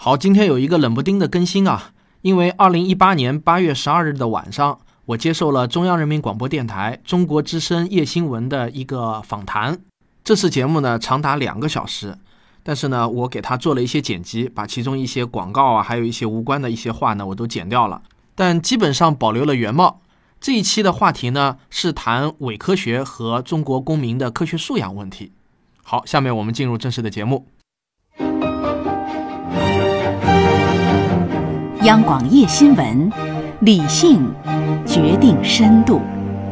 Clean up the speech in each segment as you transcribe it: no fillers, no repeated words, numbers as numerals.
好，今天有一个冷不丁的更新啊，因为2018年8月12日的晚上，我接受了中央人民广播电台中国之声夜新闻的一个访谈。这次节目呢长达2个小时，但是呢我给它做了一些剪辑，把其中一些广告啊，还有一些无关的一些话呢我都剪掉了，但基本上保留了原貌。这一期的话题呢是谈伪科学和中国公民的科学素养问题。好，下面我们进入正式的节目。 央广夜新闻，理性决定深度。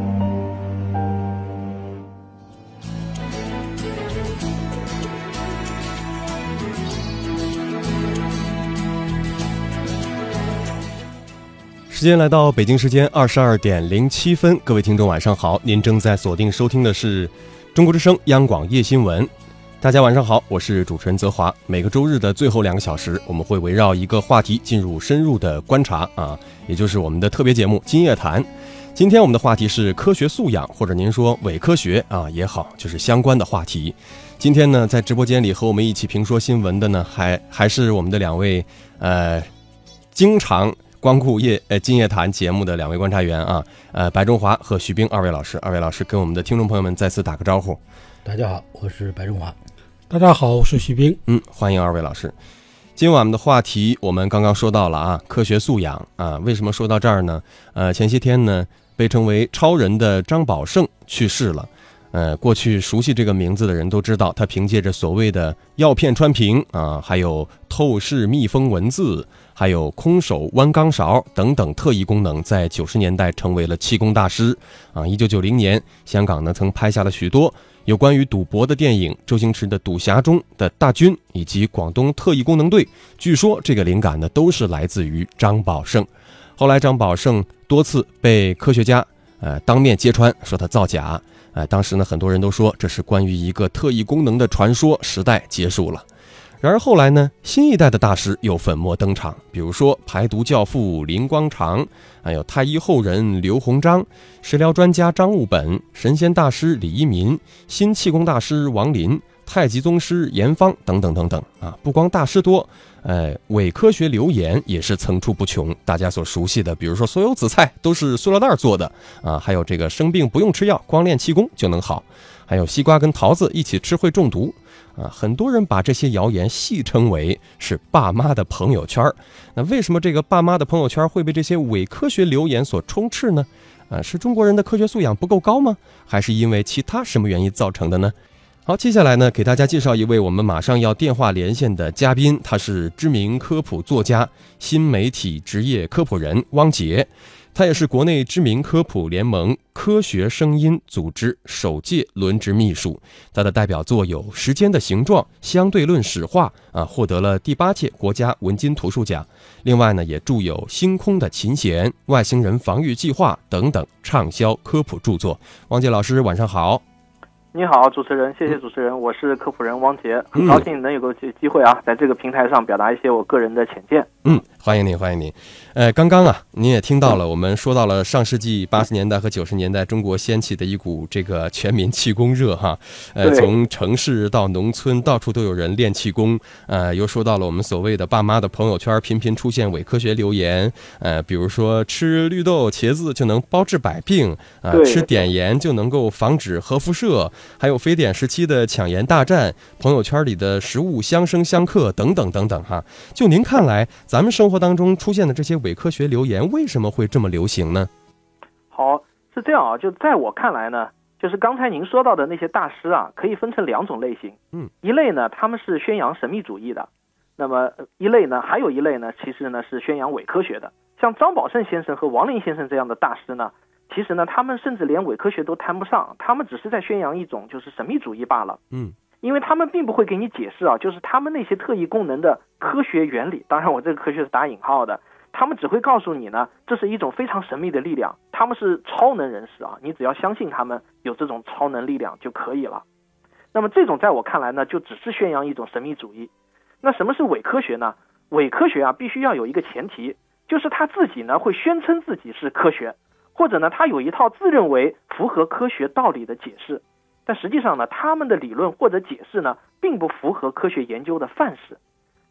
时间来到北京时间22点07分，各位听众晚上好，您正在锁定收听的是中国之声央广夜新闻。大家晚上好，我是主持人泽华。每个周日的最后2个小时，我们会围绕一个话题进入深入的观察也就是我们的特别节目今夜谈。今天我们的话题是科学素养，或者您说伪科学也好，就是相关的话题。今天呢，在直播间里和我们一起评说新闻的呢，还是我们的2位经常光顾今夜谈节目的2位观察员白中华和徐冰2位老师。2位老师跟我们的听众朋友们再次打个招呼。 大家好，我是白中华。 大家好，我是徐冰。 欢迎2位老师。今晚的话题我们刚刚说到了科学素养为什么说到这儿呢？前些天呢，被称为超人的张宝胜去世了。过去熟悉这个名字的人都知道，他凭借着所谓的药片穿屏还有透视密封文字，还有空手弯钢勺等等特异功能，在90年代成为了气功大师1990年，香港呢曾拍下了许多有关于赌博的电影，周星驰的赌侠中的大军，以及广东特异功能队。据说这个灵感呢都是来自于张宝胜。后来张宝胜多次被科学家当面揭穿，说他造假。当时呢，很多人都说这是关于一个特异功能的传说，时代结束了。然而后来呢，新一代的大师又粉墨登场，比如说排毒教父林光常，还有太医后人刘鸿章，食疗专家张悟本，神仙大师李一民，新气功大师王林，太极宗师严方等等等等不光大师多，伪科学流言也是层出不穷。大家所熟悉的，比如说所有紫菜都是塑料袋做的还有这个生病不用吃药，光练气功就能好，还有西瓜跟桃子一起吃会中毒很多人把这些谣言戏称为是爸妈的朋友圈。那为什么这个爸妈的朋友圈会被这些伪科学流言所充斥呢？是中国人的科学素养不够高吗？还是因为其他什么原因造成的呢？好，接下来呢，给大家介绍一位我们马上要电话连线的嘉宾，他是知名科普作家、新媒体职业科普人汪杰，他也是国内知名科普联盟科学声音组织首届轮值秘书。他的代表作有《时间的形状》《相对论史话》获得了第8届国家文津图书奖。另外呢，也著有《星空的琴弦》《外星人防御计划》等等畅销科普著作。汪杰老师，晚上好。 你好，主持人，谢谢主持人，我是科普人汪杰，很高兴能有个机会在这个平台上表达一些我个人的浅见。 欢迎您，欢迎您。刚刚您也听到了，我们说到了上世纪80年代和90年代中国掀起的一股这个全民气功热从城市到农村，到处都有人练气功。又说到了我们所谓的爸妈的朋友圈频频出现伪科学流言，比如说吃绿豆茄子就能包治百病吃碘盐就能够防止核辐射，还有非典时期的抢盐大战，朋友圈里的食物相生相克等等等等就您看来，咱们生活当中出现的这些伪科学流言为什么会这么流行呢？ 好，是这样就在我看来呢，就是刚才您说到的那些大师可以分成2种类型。一类呢，他们是宣扬神秘主义的，那么还有一类呢，其实呢是宣扬伪科学的。像张宝胜先生和王林先生这样的大师呢，其实呢他们甚至连伪科学都谈不上，他们只是在宣扬一种就是神秘主义罢了。因为他们并不会给你解释就是他们那些特异功能的科学原理，当然我这个科学是打引号的，他们只会告诉你呢，这是一种非常神秘的力量，他们是超能人士你只要相信他们有这种超能力量就可以了。那么这种在我看来呢，就只是宣扬一种神秘主义。那什么是伪科学呢？伪科学必须要有一个前提，就是他自己呢会宣称自己是科学，或者呢他有一套自认为符合科学道理的解释，但实际上呢他们的理论或者解释呢并不符合科学研究的范式。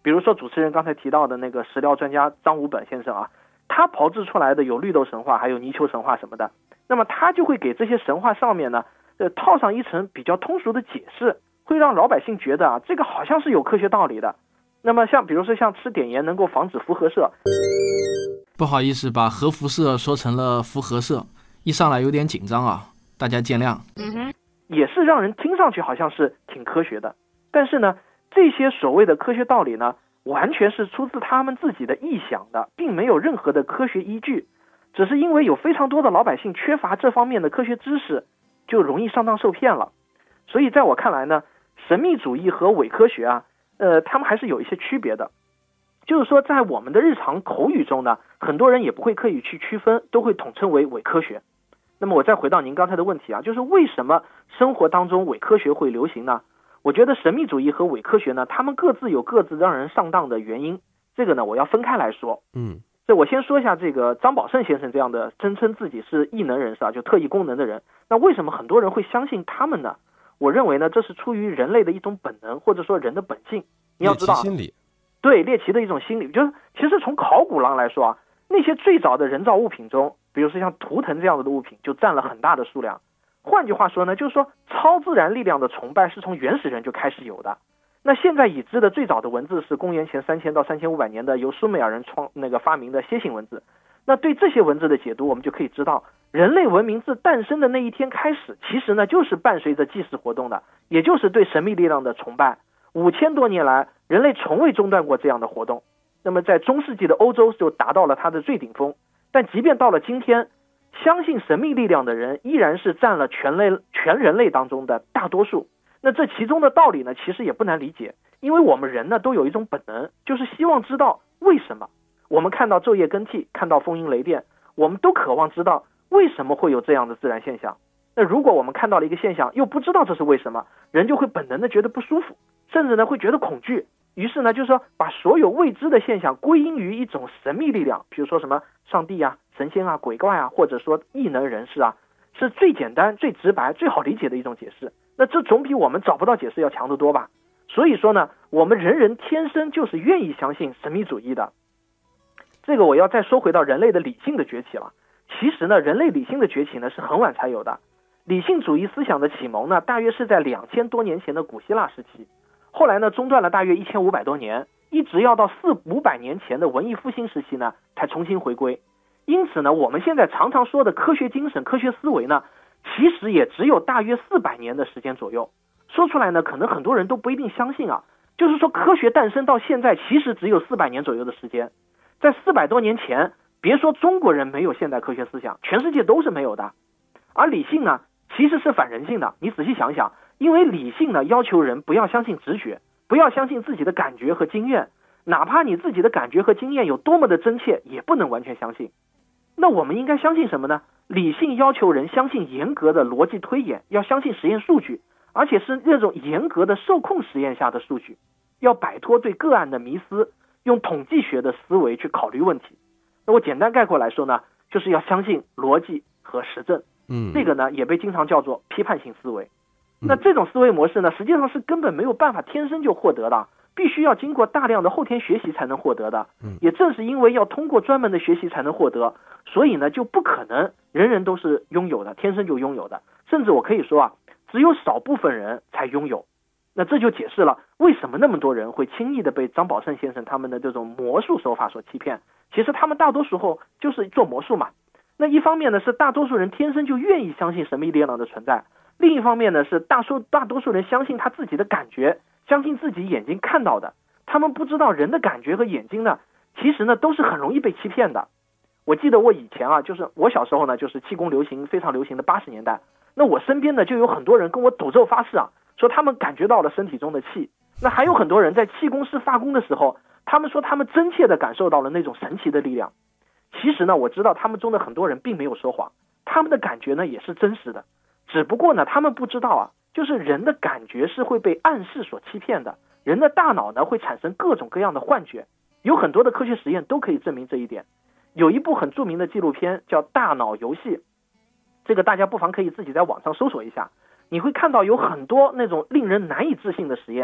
比如说主持人刚才提到的那个食疗专家张武本先生啊，他炮制出来的有绿豆神话，还有泥鳅神话什么的，那么他就会给这些神话上面呢，套上一层比较通俗的解释，会让老百姓觉得啊，这个好像是有科学道理的。那么比如说像吃碘盐能够防止辐射射， 不好意思，把核辐射说成了辐合射，一上来有点紧张啊，大家见谅。 也是让人听上去好像是挺科学的，但是呢，这些所谓的科学道理呢，完全是出自他们自己的臆想的，并没有任何的科学依据，只是因为有非常多的老百姓缺乏这方面的科学知识，就容易上当受骗了。所以在我看来呢，神秘主义和伪科学啊，他们还是有一些区别的。就是说在我们的日常口语中呢，很多人也不会刻意去区分，都会统称为伪科学。那么我再回到您刚才的问题啊，就是为什么生活当中伪科学会流行呢？我觉得神秘主义和伪科学呢，他们各自有各自让人上当的原因，这个呢我要分开来说。这我先说一下这个张宝胜先生这样的声称自己是异能人士啊，就特异功能的人，那为什么很多人会相信他们呢？我认为呢，这是出于人类的一种本能，或者说人的本性。你要知道， 猎奇心理， 对，猎奇的一种心理，就是其实从考古上来说啊，那些最早的人造物品中，比如说像图腾这样的物品，就占了很大的数量。换句话说呢，就是说超自然力量的崇拜是从原始人就开始有的。那现在已知的最早的文字是公元前3000到3500年的由苏美尔人发明的楔形文字。那对这些文字的解读，我们就可以知道，人类文明自诞生的那一天开始，其实呢就是伴随着祭祀活动的，也就是对神秘力量的崇拜。5000多年来，人类从未中断过这样的活动。那么在中世纪的欧洲就达到了它的最顶峰，但即便到了今天，相信神秘力量的人依然是占了全人类当中的大多数。那这其中的道理呢，其实也不难理解，因为我们人呢都有一种本能，就是希望知道为什么。我们看到昼夜更替，看到风鹰雷电，我们都渴望知道为什么会有这样的自然现象。那如果我们看到了一个现象，又不知道这是为什么，人就会本能的觉得不舒服，甚至呢会觉得恐惧。于是呢，就是说把所有未知的现象归因于一种神秘力量，比如说什么上帝啊、神仙啊、鬼怪啊，或者说异能人士啊，是最简单、最直白、最好理解的一种解释。那这总比我们找不到解释要强得多吧？所以说呢，我们人人天生就是愿意相信神秘主义的。这个我要再说回到人类的理性的崛起了。其实呢，人类理性的崛起呢是很晚才有的。理性主义思想的启蒙呢，大约是在2000多年前的古希腊时期，后来呢中断了大约1500多年，一直要到400-500年前的文艺复兴时期呢才重新回归。因此呢，我们现在常常说的科学精神、科学思维呢，其实也只有大约400年的时间左右。说出来呢，可能很多人都不一定相信啊。就是说，科学诞生到现在，其实只有400年左右的时间。在400多年前，别说中国人没有现代科学思想，全世界都是没有的。而理性呢，其实是反人性的。你仔细想想，因为理性呢，要求人不要相信直觉，不要相信自己的感觉和经验，哪怕你自己的感觉和经验有多么的真切，也不能完全相信。那我们应该相信什么呢？理性要求人相信严格的逻辑推演，要相信实验数据，而且是那种严格的受控实验下的数据，要摆脱对个案的迷思，用统计学的思维去考虑问题。那我简单概括来说呢，就是要相信逻辑和实证。这个呢也被经常叫做批判性思维。那这种思维模式呢，实际上是根本没有办法天生就获得的，必须要经过大量的后天学习才能获得的。也正是因为要通过专门的学习才能获得，所以呢就不可能人人都是拥有的，天生就拥有的。甚至我可以说啊，只有少部分人才拥有。那这就解释了为什么那么多人会轻易的被张宝胜先生他们的这种魔术手法所欺骗。其实他们大多时候就是做魔术嘛。那一方面呢，是大多数人天生就愿意相信神秘力量的存在，另一方面呢，是大多数人相信他自己的感觉，相信自己眼睛看到的。他们不知道人的感觉和眼睛呢，其实呢都是很容易被欺骗的。我记得我以前啊，就是我小时候呢，就是气功非常流行的80年代，那我身边呢就有很多人跟我赌咒发誓啊，说他们感觉到了身体中的气。那还有很多人在气功师发功的时候，他们说他们真切地感受到了那种神奇的力量。其实呢，我知道他们中的很多人并没有说谎，他们的感觉呢也是真实的，只不过呢他们不知道啊，就是人的感觉是会被暗示所欺骗的，人的大脑呢会产生各种各样的幻觉，有很多的科学实验都可以证明这一点。有一部很著名的纪录片叫《大脑游戏》，这个大家不妨可以自己在网上搜索一下，你会看到有很多那种令人难以置信的实验，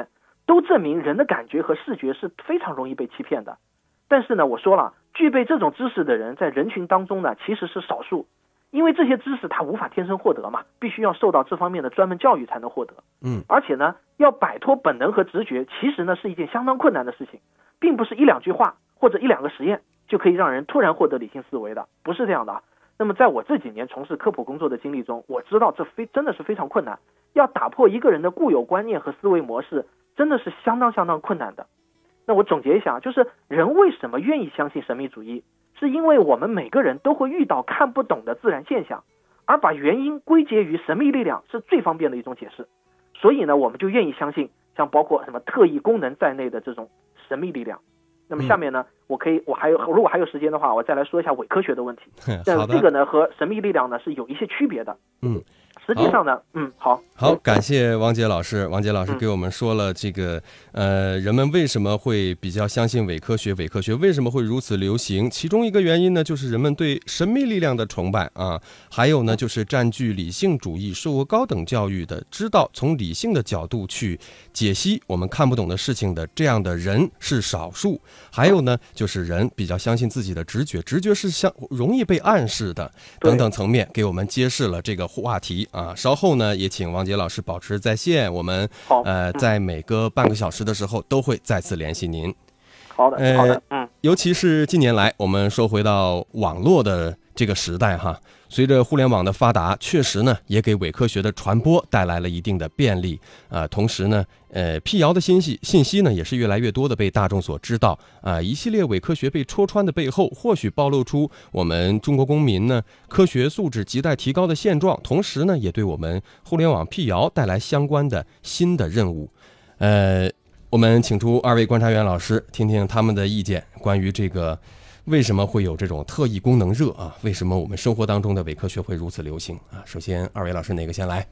都证明人的感觉和视觉是非常容易被欺骗的。但是呢，我说了，具备这种知识的人在人群当中呢其实是少数，因为这些知识他无法天生获得嘛，必须要受到这方面的专门教育才能获得。而且呢，要摆脱本能和直觉，其实呢是一件相当困难的事情，并不是一两句话或者一两个实验就可以让人突然获得理性思维的，不是这样的。那么在我这几年从事科普工作的经历中，我知道这真的是非常困难，要打破一个人的固有观念和思维模式，真的是相当困难的。那我总结一下，就是人为什么愿意相信神秘主义，是因为我们每个人都会遇到看不懂的自然现象，而把原因归结于神秘力量是最方便的一种解释。所以呢，我们就愿意相信像包括什么特异功能在内的这种神秘力量。那么下面呢，如果还有时间的话，我再来说一下伪科学的问题。但这个呢和神秘力量呢是有一些区别的。实际上呢，好， 感谢王杰老师。王杰老师给我们说了这个，人们为什么会比较相信伪科学？伪科学为什么会如此流行？其中一个原因呢，就是人们对神秘力量的崇拜啊，还有呢，就是占据理性主义、受过高等教育的，知道从理性的角度去解析我们看不懂的事情的这样的人是少数。还有呢，就是人比较相信自己的直觉，直觉是容易被暗示的，等等层面给我们揭示了这个话题。稍后呢，也请王杰老师保持在线，我们在每个半个小时的时候都会再次联系您。 好的， 尤其是近年来，我们说回到网络的这个时代哈，随着互联网的发达，确实呢也给伪科学的传播带来了一定的便利同时呢，辟谣的信息呢也是越来越多的被大众所知道一系列伪科学被戳穿的背后，或许暴露出我们中国公民呢科学素质亟待提高的现状，同时呢也对我们互联网辟谣带来相关的新的任务。我们请出二位观察员老师，听听他们的意见，关于这个为什么会有这种特异功能热为什么我们生活当中的伪科学会如此流行首先二位老师哪个先来？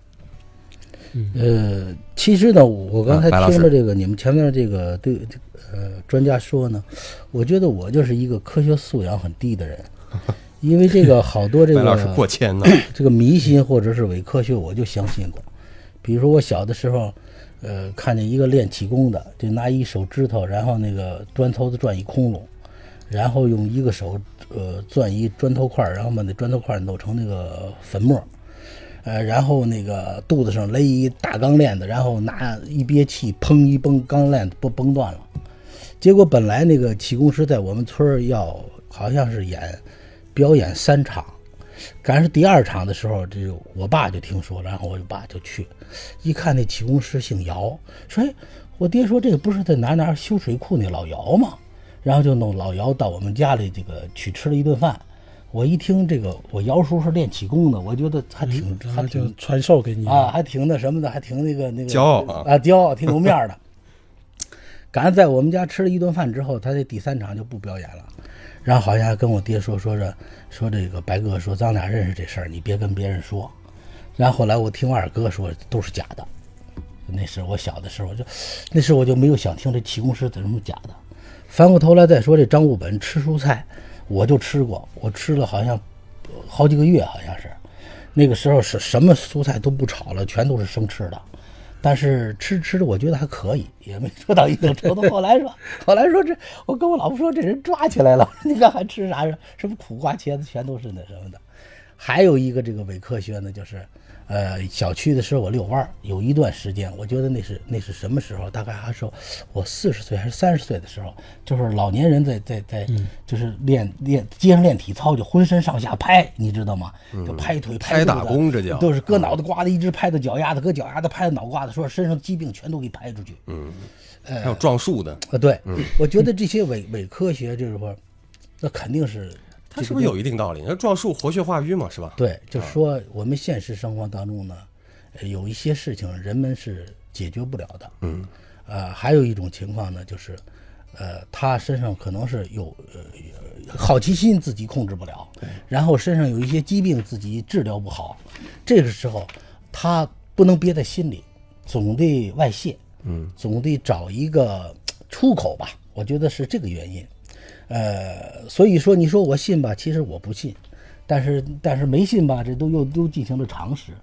其实呢，我刚才听了这个你们前面这个专家说呢，我觉得我就是一个科学素养很低的人，因为这个好多这个白老师过谦呢， 这个迷信或者是伪科学我就相信过。比如说我小的时候看见一个练气功的，就拿一手指头，然后那个砖头子转一窟窿，然后用一个手钻一砖头块，然后把那砖头块弄成那个粉末，然后那个肚子上勒一大钢链子，然后拿一憋气，砰一崩，钢链子崩断了。结果本来那个气功师在我们村要好像是表演3场，赶上第2场的时候，这我爸就听说了，然后我爸就去，一看那气功师姓姚，说我爹说这个不是在哪修水库那老姚吗？然后就弄老姚到我们家里这个去吃了一顿饭。我一听这个，我姚叔是练气功的，我觉得还挺传授给你还挺那什么的，还挺那个骄傲骄傲，挺有面的。赶上在我们家吃了一顿饭之后，他这第3场就不表演了，然后好像还跟我爹说这个白哥说咱俩认识这事儿，你别跟别人说。然后后来我听我二哥说都是假的，那是我小的时候那时候我就没有想听这气功师怎么假的。翻过头来再说这张悟本吃蔬菜，我就吃过，我吃了好像好几个月，好像是那个时候是什么蔬菜都不炒了，全都是生吃的。但是吃的我觉得还可以，也没说到一定程度。后来说这，我跟我老婆说这人抓起来了，你看还吃啥？什么苦瓜茄子全都是那什么的。还有一个这个伪科学呢，就是小区的时候我遛弯，有一段时间我觉得那是什么时候？大概还是我40岁还是30岁的时候，就是老年人在就是街上练体操，就浑身上下拍，你知道吗？就拍腿拍打功，这叫都是搁脑袋瓜子一直拍到脚丫子，搁脚丫子拍到脑瓜子，说身上疾病全都给拍出去。 还有撞树的对，我觉得这些伪科学就是说，那肯定是。 它是不是有一定道理？那撞树活血化瘀嘛，是吧？ 对，就是说我们现实生活当中呢，有一些事情人们是解决不了的。还有一种情况呢，就是他身上可能是有好奇心自己控制不了，然后身上有一些疾病自己治疗不好，这个时候他不能憋在心里，总得外泄，总得找一个出口吧。我觉得是这个原因。所以说你说我信吧，其实我不信，但是没信吧，这都进行了尝试，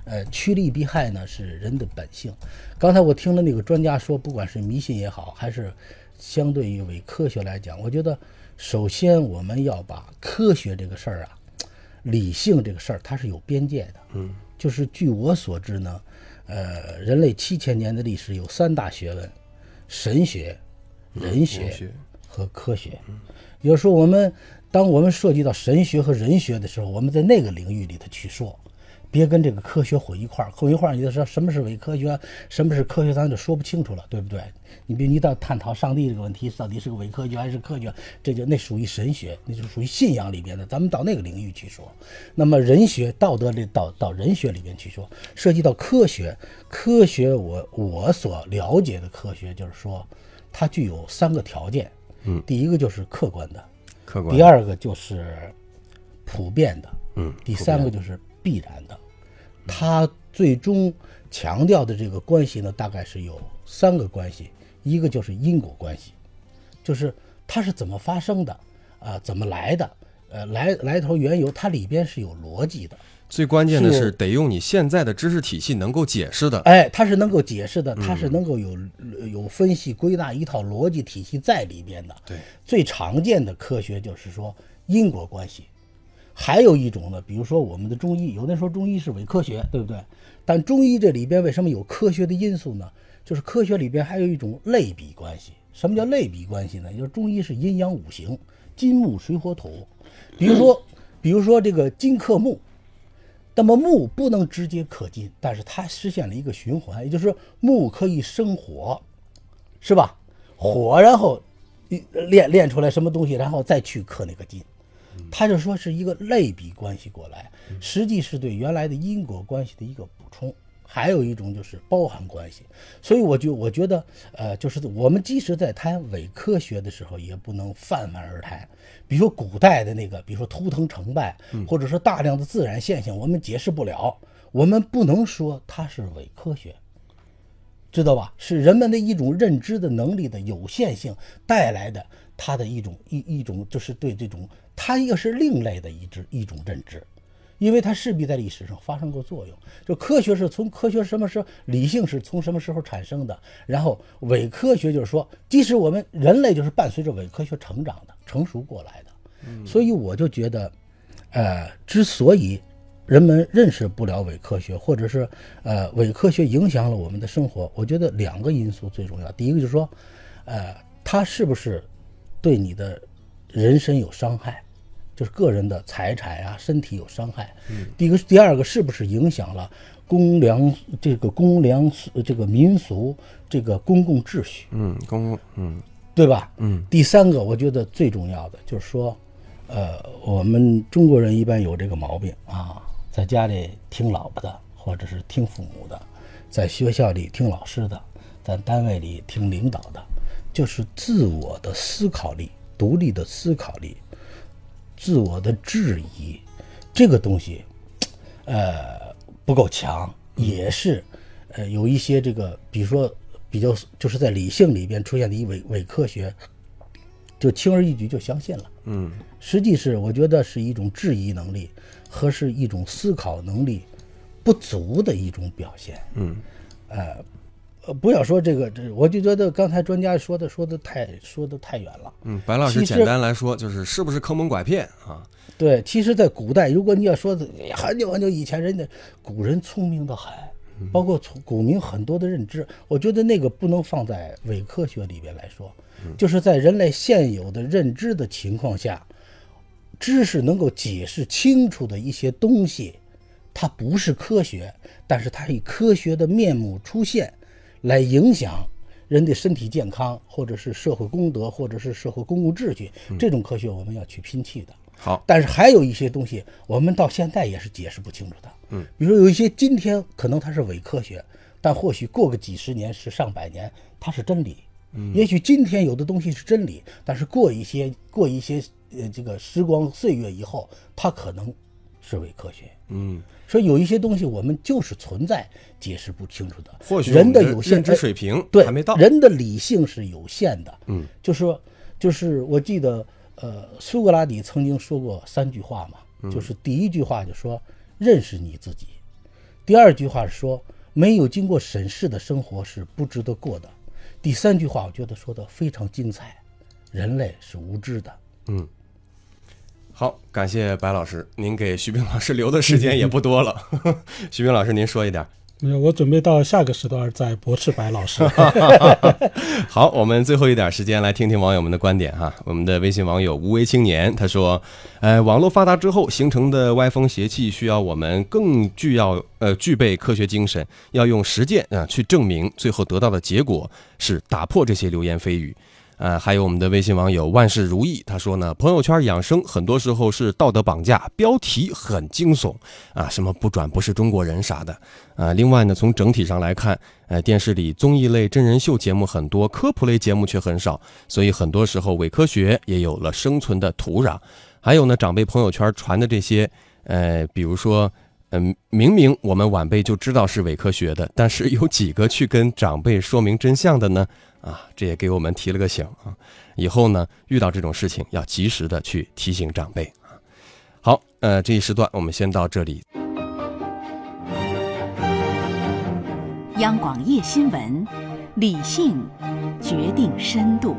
趋利避害呢是人的本性。刚才我听了那个专家说，不管是迷信也好，还是相对于伪科学来讲，我觉得首先我们要把科学这个事儿啊，理性这个事儿它是有边界的。就是据我所知呢，人类7000年的历史有3大学问：神学、人学和科学。也就是说，当我们涉及到神学和人学的时候，我们在那个领域里头去说，别跟这个科学混一块儿。混一块儿，你就说什么是伪科学，什么是科学，咱就说不清楚了，对不对？你比如你到探讨上帝这个问题，到底是个伪科学还是科学，那属于神学，那就属于信仰里边的，咱们到那个领域去说。那么人学、道德里到人学里边去说，涉及到科学我所了解的科学就是说，它具有3个条件。第一个就是客观的，第二个就是普遍的，第三个就是必然的。它最终强调的这个关系呢，大概是有3个关系。一个就是因果关系，就是它是怎么发生的怎么来的，来头缘由，它里边是有逻辑的。 最关键的是得用你现在的知识体系能够解释的。 它是能够解释的，它是能够有分析归纳一套逻辑体系在里边的。 对， 最常见的科学就是说因果关系。还有一种呢，比如说我们的中医，有的人说中医是伪科学，对不对？但中医这里边为什么有科学的因素呢？就是科学里边还有一种类比关系。什么叫类比关系呢？就是中医是阴阳五行，金木水火土。比如说这个金克木，那么木不能直接克金，但是它实现了一个循环，也就是木可以生火，是吧？火然后炼出来什么东西，然后再去克那个金。他就说是一个类比关系过来，实际是对原来的因果关系的一个补充。还有一种就是包含关系。所以我觉得就是我们即使在谈伪科学的时候，也不能泛泛而谈。比如说古代的那个，比如说图腾成败，或者说大量的自然现象我们解释不了，我们不能说它是伪科学，知道吧？是人们的一种认知的能力的有限性带来的，它的一种就是对这种，它一个是另类的一种认知，因为它势必在历史上发生过作用。就科学是从科学什么时候，理性是从什么时候产生的，然后伪科学就是说，即使我们人类就是伴随着伪科学成长的，成熟过来的。所以我就觉得之所以人们认识不了伪科学，或者是伪科学影响了我们的生活，我觉得2个因素最重要。第一个就是说它是不是对你的人身有伤害，就是个人的财产啊、身体有伤害。第二个是不是影响了公良这个民俗这个公共秩序？对吧？第3个我觉得最重要的就是说，我们中国人一般有这个毛病啊，在家里听老婆的，或者是听父母的，在学校里听老师的，在单位里听领导的，就是自我的思考力、独立的思考力、自我的质疑，这个东西不够强，也是有一些这个，比如说比较就是在理性里边出现的一伪科学，就轻而易举就相信了。实际是我觉得是一种质疑能力和是一种思考能力不足的一种表现。不要说这个，我就觉得刚才专家说的太远了。 白老师简单来说就是是不是坑蒙拐骗啊？ 对，其实在古代，如果你要说很久很久以前，古人聪明的很，包括古民很多的认知，我觉得那个不能放在伪科学里边来说。就是在人类现有的认知的情况下，知识能够解释清楚的一些东西，它不是科学，但是它以科学的面目出现，来影响人的身体健康，或者是社会公德，或者是社会公共秩序，这种科学我们要去摒弃的。 好， 但是还有一些东西我们到现在也是解释不清楚的。比如说有一些今天可能它是伪科学，但或许过个几十年是上百年它是真理。也许今天有的东西是真理，但是过一些这个时光岁月以后，它可能是伪科学。所以有一些东西我们就是存在解释不清楚的， 或许人的有限认知水平还没到， 人的理性是有限的。就是我记得苏格拉底曾经说过3句话嘛，就是第一句话就说认识你自己， 第二句话说没有经过审视的生活是不值得过的。第三句话我觉得说的非常精彩，人类是无知的。 好，感谢白老师，您给徐冰老师留的时间也不多了。徐冰老师，您说一点。 没有，我准备到下个时段再驳斥白老师。 好，我们最后一点时间来听听网友们的观点哈。我们的微信网友无为青年他说，网络发达之后形成的歪风邪气，需要我们更具备科学精神，要用实践去证明，最后得到的结果是打破这些流言蜚语。还有我们的微信网友万事如意，他说呢，朋友圈养生很多时候是道德绑架，标题很惊悚什么不转不是中国人啥的另外呢，从整体上来看，电视里综艺类真人秀节目很多，科普类节目却很少，所以很多时候伪科学也有了生存的土壤。还有呢，长辈朋友圈传的这些比如说明明我们晚辈就知道是伪科学的，但是有几个去跟长辈说明真相的呢？这也给我们提了个醒以后呢，遇到这种事情要及时的去提醒长辈好，这一时段我们先到这里。 央广夜新闻，理性决定深度。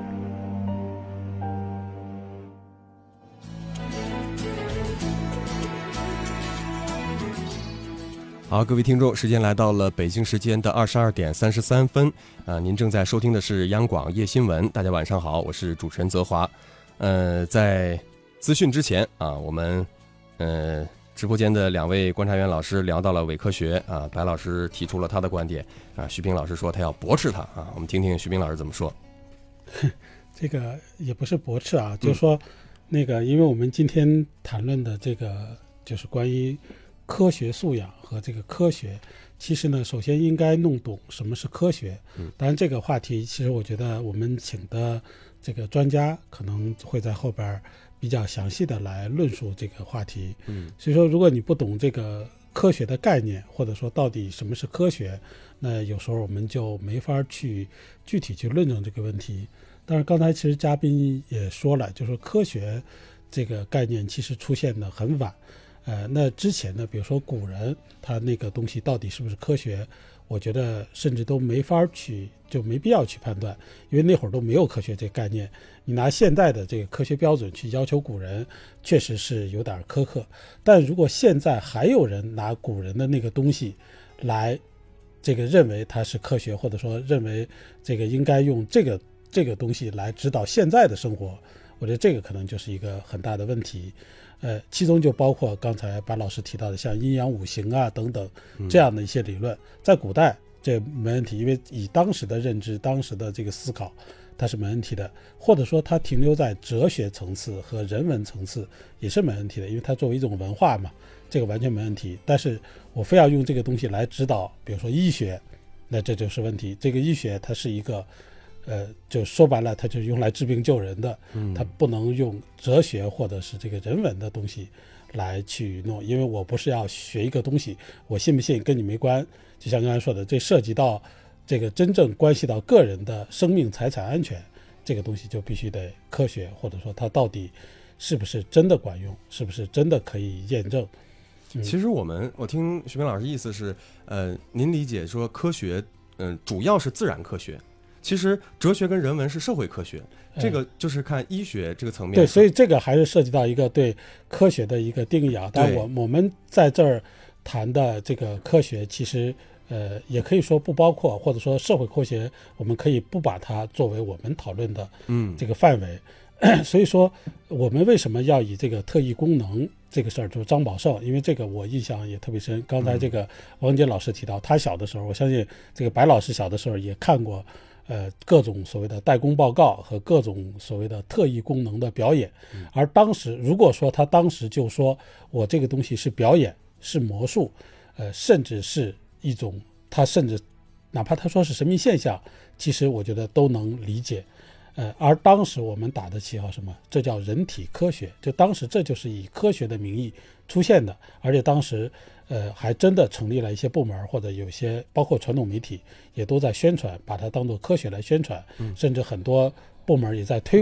好，各位听众，时间来到了北京时间的22点33分您正在收听的是央广夜新闻。大家晚上好，我是主持人泽华。在资讯之前我们直播间的两位观察员老师聊到了伪科学白老师提出了他的观点徐冰老师说他要驳斥他我们听听徐冰老师怎么说。 这个也不是驳斥就是说那个，因为我们今天谈论的这个就是关于科学素养和这个科学，其实呢，首先应该弄懂什么是科学。当然，这个话题其实我觉得我们请的这个专家可能会在后边比较详细的来论述这个话题。所以说，如果你不懂这个科学的概念，或者说到底什么是科学，那有时候我们就没法去具体去论证这个问题。但是刚才其实嘉宾也说了，就是科学这个概念其实出现的很晚。那之前呢，比如说古人他那个东西到底是不是科学，我觉得甚至都没法去，就没必要去判断，因为那会儿都没有科学这个概念。你拿现在的这个科学标准去要求古人，确实是有点苛刻。但如果现在还有人拿古人的那个东西来这个认为它是科学，或者说认为这个应该用这个东西来指导现在的生活，我觉得这个可能就是一个很大的问题。其中就包括刚才白老师提到的像阴阳五行等等这样的一些理论，在古代这没问题，因为以当时的认知、当时的这个思考，它是没问题的，或者说它停留在哲学层次和人文层次也是没问题的，因为它作为一种文化嘛，这个完全没问题。但是我非要用这个东西来指导，比如说医学，那这就是问题。这个医学它是一个就说白了，它就是用来治病救人的，它不能用哲学或者是这个人文的东西来去弄，因为我不是要学一个东西，我信不信跟你没关。就像刚才说的，这涉及到这个真正关系到个人的生命财产安全，这个东西就必须得科学，或者说它到底是不是真的管用，是不是真的可以验证。 其实我听徐冰老师意思是您理解说科学主要是自然科学，其实哲学跟人文是社会科学，这个就是看医学这个层面。 对，所以这个还是涉及到一个对科学的一个定义但我们在这儿谈的这个科学，其实也可以说不包括，或者说社会科学，我们可以不把它作为我们讨论的这个范围。所以说，我们为什么要以这个特异功能这个事儿，就是张宝胜，因为这个我印象也特别深。刚才这个王杰老师提到，他小的时候，我相信这个白老师小的时候也看过。各种所谓的代工报告和各种所谓的特异功能的表演，而当时如果说他当时就说我这个东西是表演，是魔术，甚至是一种他甚至哪怕他说是神秘现象，其实我觉得都能理解。而当时我们打的旗号什么？这叫人体科学，就当时这就是以科学的名义出现的，而且当时还真的成立了一些部门，或者有些包括传统媒体也都在宣传，把它当作科学来宣传，甚至很多部门也在推广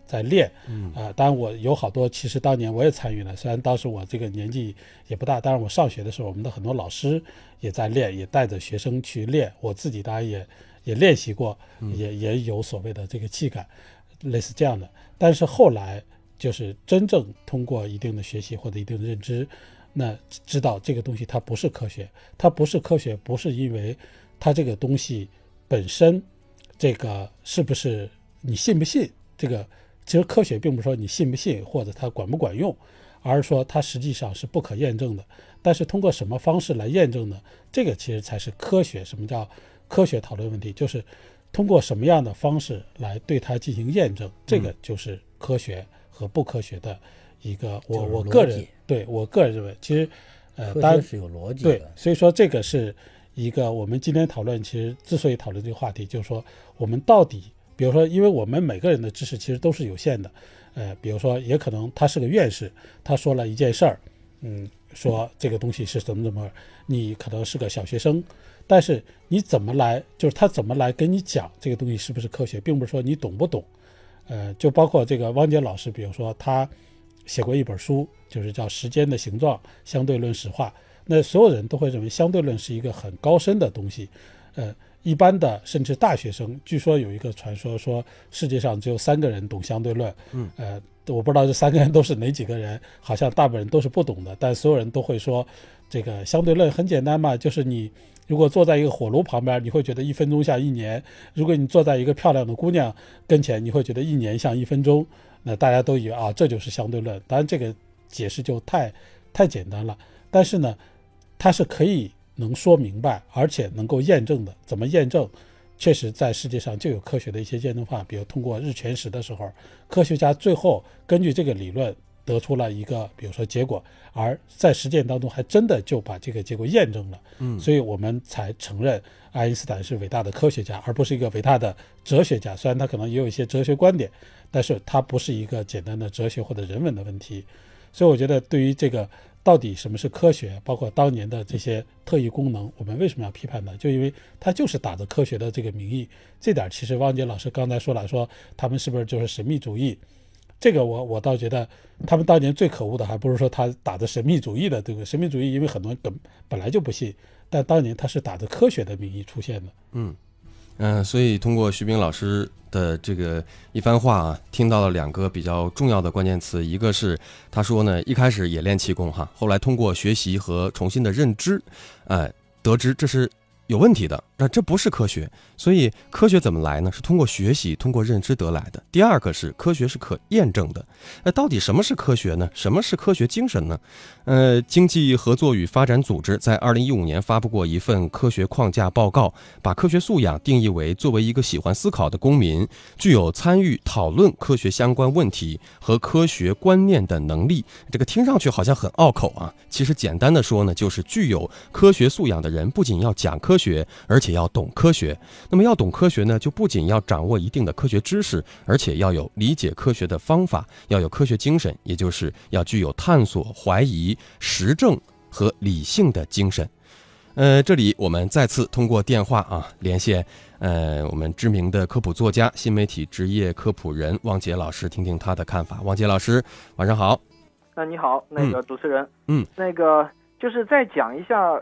在练。当然我有好多其实当年我也参与了，虽然当时我这个年纪也不大，但是我上学的时候我们的很多老师也在练，也带着学生去练，我自己当然也练习过，也有所谓的这个气感，类似这样的。但是后来就是真正通过一定的学习或者一定的认知，那知道这个东西它不是科学，它不是科学，不是因为它这个东西本身这个是不是你信不信，这个其实科学并不是说你信不信或者它管不管用，而是说它实际上是不可验证的。但是通过什么方式来验证呢？这个其实才是科学。什么叫科学讨论问题？就是通过什么样的方式来对它进行验证，这个就是科学和不科学的一个我个人认为，其实科学是有逻辑的。 对，所以说这个是一个我们今天讨论，其实之所以讨论这个话题，就是说我们到底，比如说，因为我们每个人的知识其实都是有限的，比如说也可能他是个院士，他说了一件事儿，说这个东西是怎么，你可能是个小学生，但是你怎么来，就是他怎么来跟你讲这个东西是不是科学，并不是说你懂不懂，就包括这个汪杰老师，比如说他写过一本书，就是叫《时间的形状：相对论史话》。那所有人都会认为相对论是一个很高深的东西，一般的甚至大学生，据说有一个传说说世界上只有3个人懂相对论，我不知道这3个人都是哪几个人，好像大部分人都是不懂的，但所有人都会说这个相对论很简单嘛，就是你如果坐在一个火炉旁边，你会觉得1分钟像1年；如果你坐在一个漂亮的姑娘跟前，你会觉得1年像1分钟。那大家都以为这就是相对论。当然这个解释就太简单了，但是呢它是可以能说明白，而且能够验证的。怎么验证？确实在世界上就有科学的一些验证法，比如通过日全食的时候，科学家最后根据这个理论得出了一个比如说结果，而在实践当中还真的就把这个结果验证了。所以我们才承认爱因斯坦是伟大的科学家，而不是一个伟大的哲学家。虽然他可能也有一些哲学观点，但是他不是一个简单的哲学或者人文的问题。所以我觉得对于这个到底什么是科学，包括当年的这些特异功能，我们为什么要批判呢？就因为它就是打着科学的这个名义。这点其实汪杰老师刚才说了，说他们是不是就是神秘主义，这个我倒觉得他们当年最可恶的还不是说他打着神秘主义的，对不对？神秘主义因为很多人本来就不信，但当年他是打着科学的名义出现的。 所以通过徐冰老师的这个一番话啊，听到了2个比较重要的关键词。一个是他说呢，一开始也练气功后来通过学习和重新的认知，得知这是有问题的，那这不是科学。所以科学怎么来呢？是通过学习，通过认知得来的。第二个是科学是可验证的。到底什么是科学呢？什么是科学精神呢？经济合作与发展组织在2015年发布过一份科学框架报告，把科学素养定义为作为一个喜欢思考的公民，具有参与讨论科学相关问题和科学观念的能力。这个听上去好像很拗口啊，其实简单的说呢，就是具有科学素养的人不仅要讲科学，而且要懂科学。那么要懂科学呢，就不仅要掌握一定的科学知识，而且要有理解科学的方法，要有科学精神，也就是要具有探索、怀疑、实证和理性的精神。这里我们再次通过电话连线我们知名的科普作家、新媒体职业科普人汪杰老师，听听他的看法。汪杰老师，晚上好。 你好，那个主持人，那个就是在讲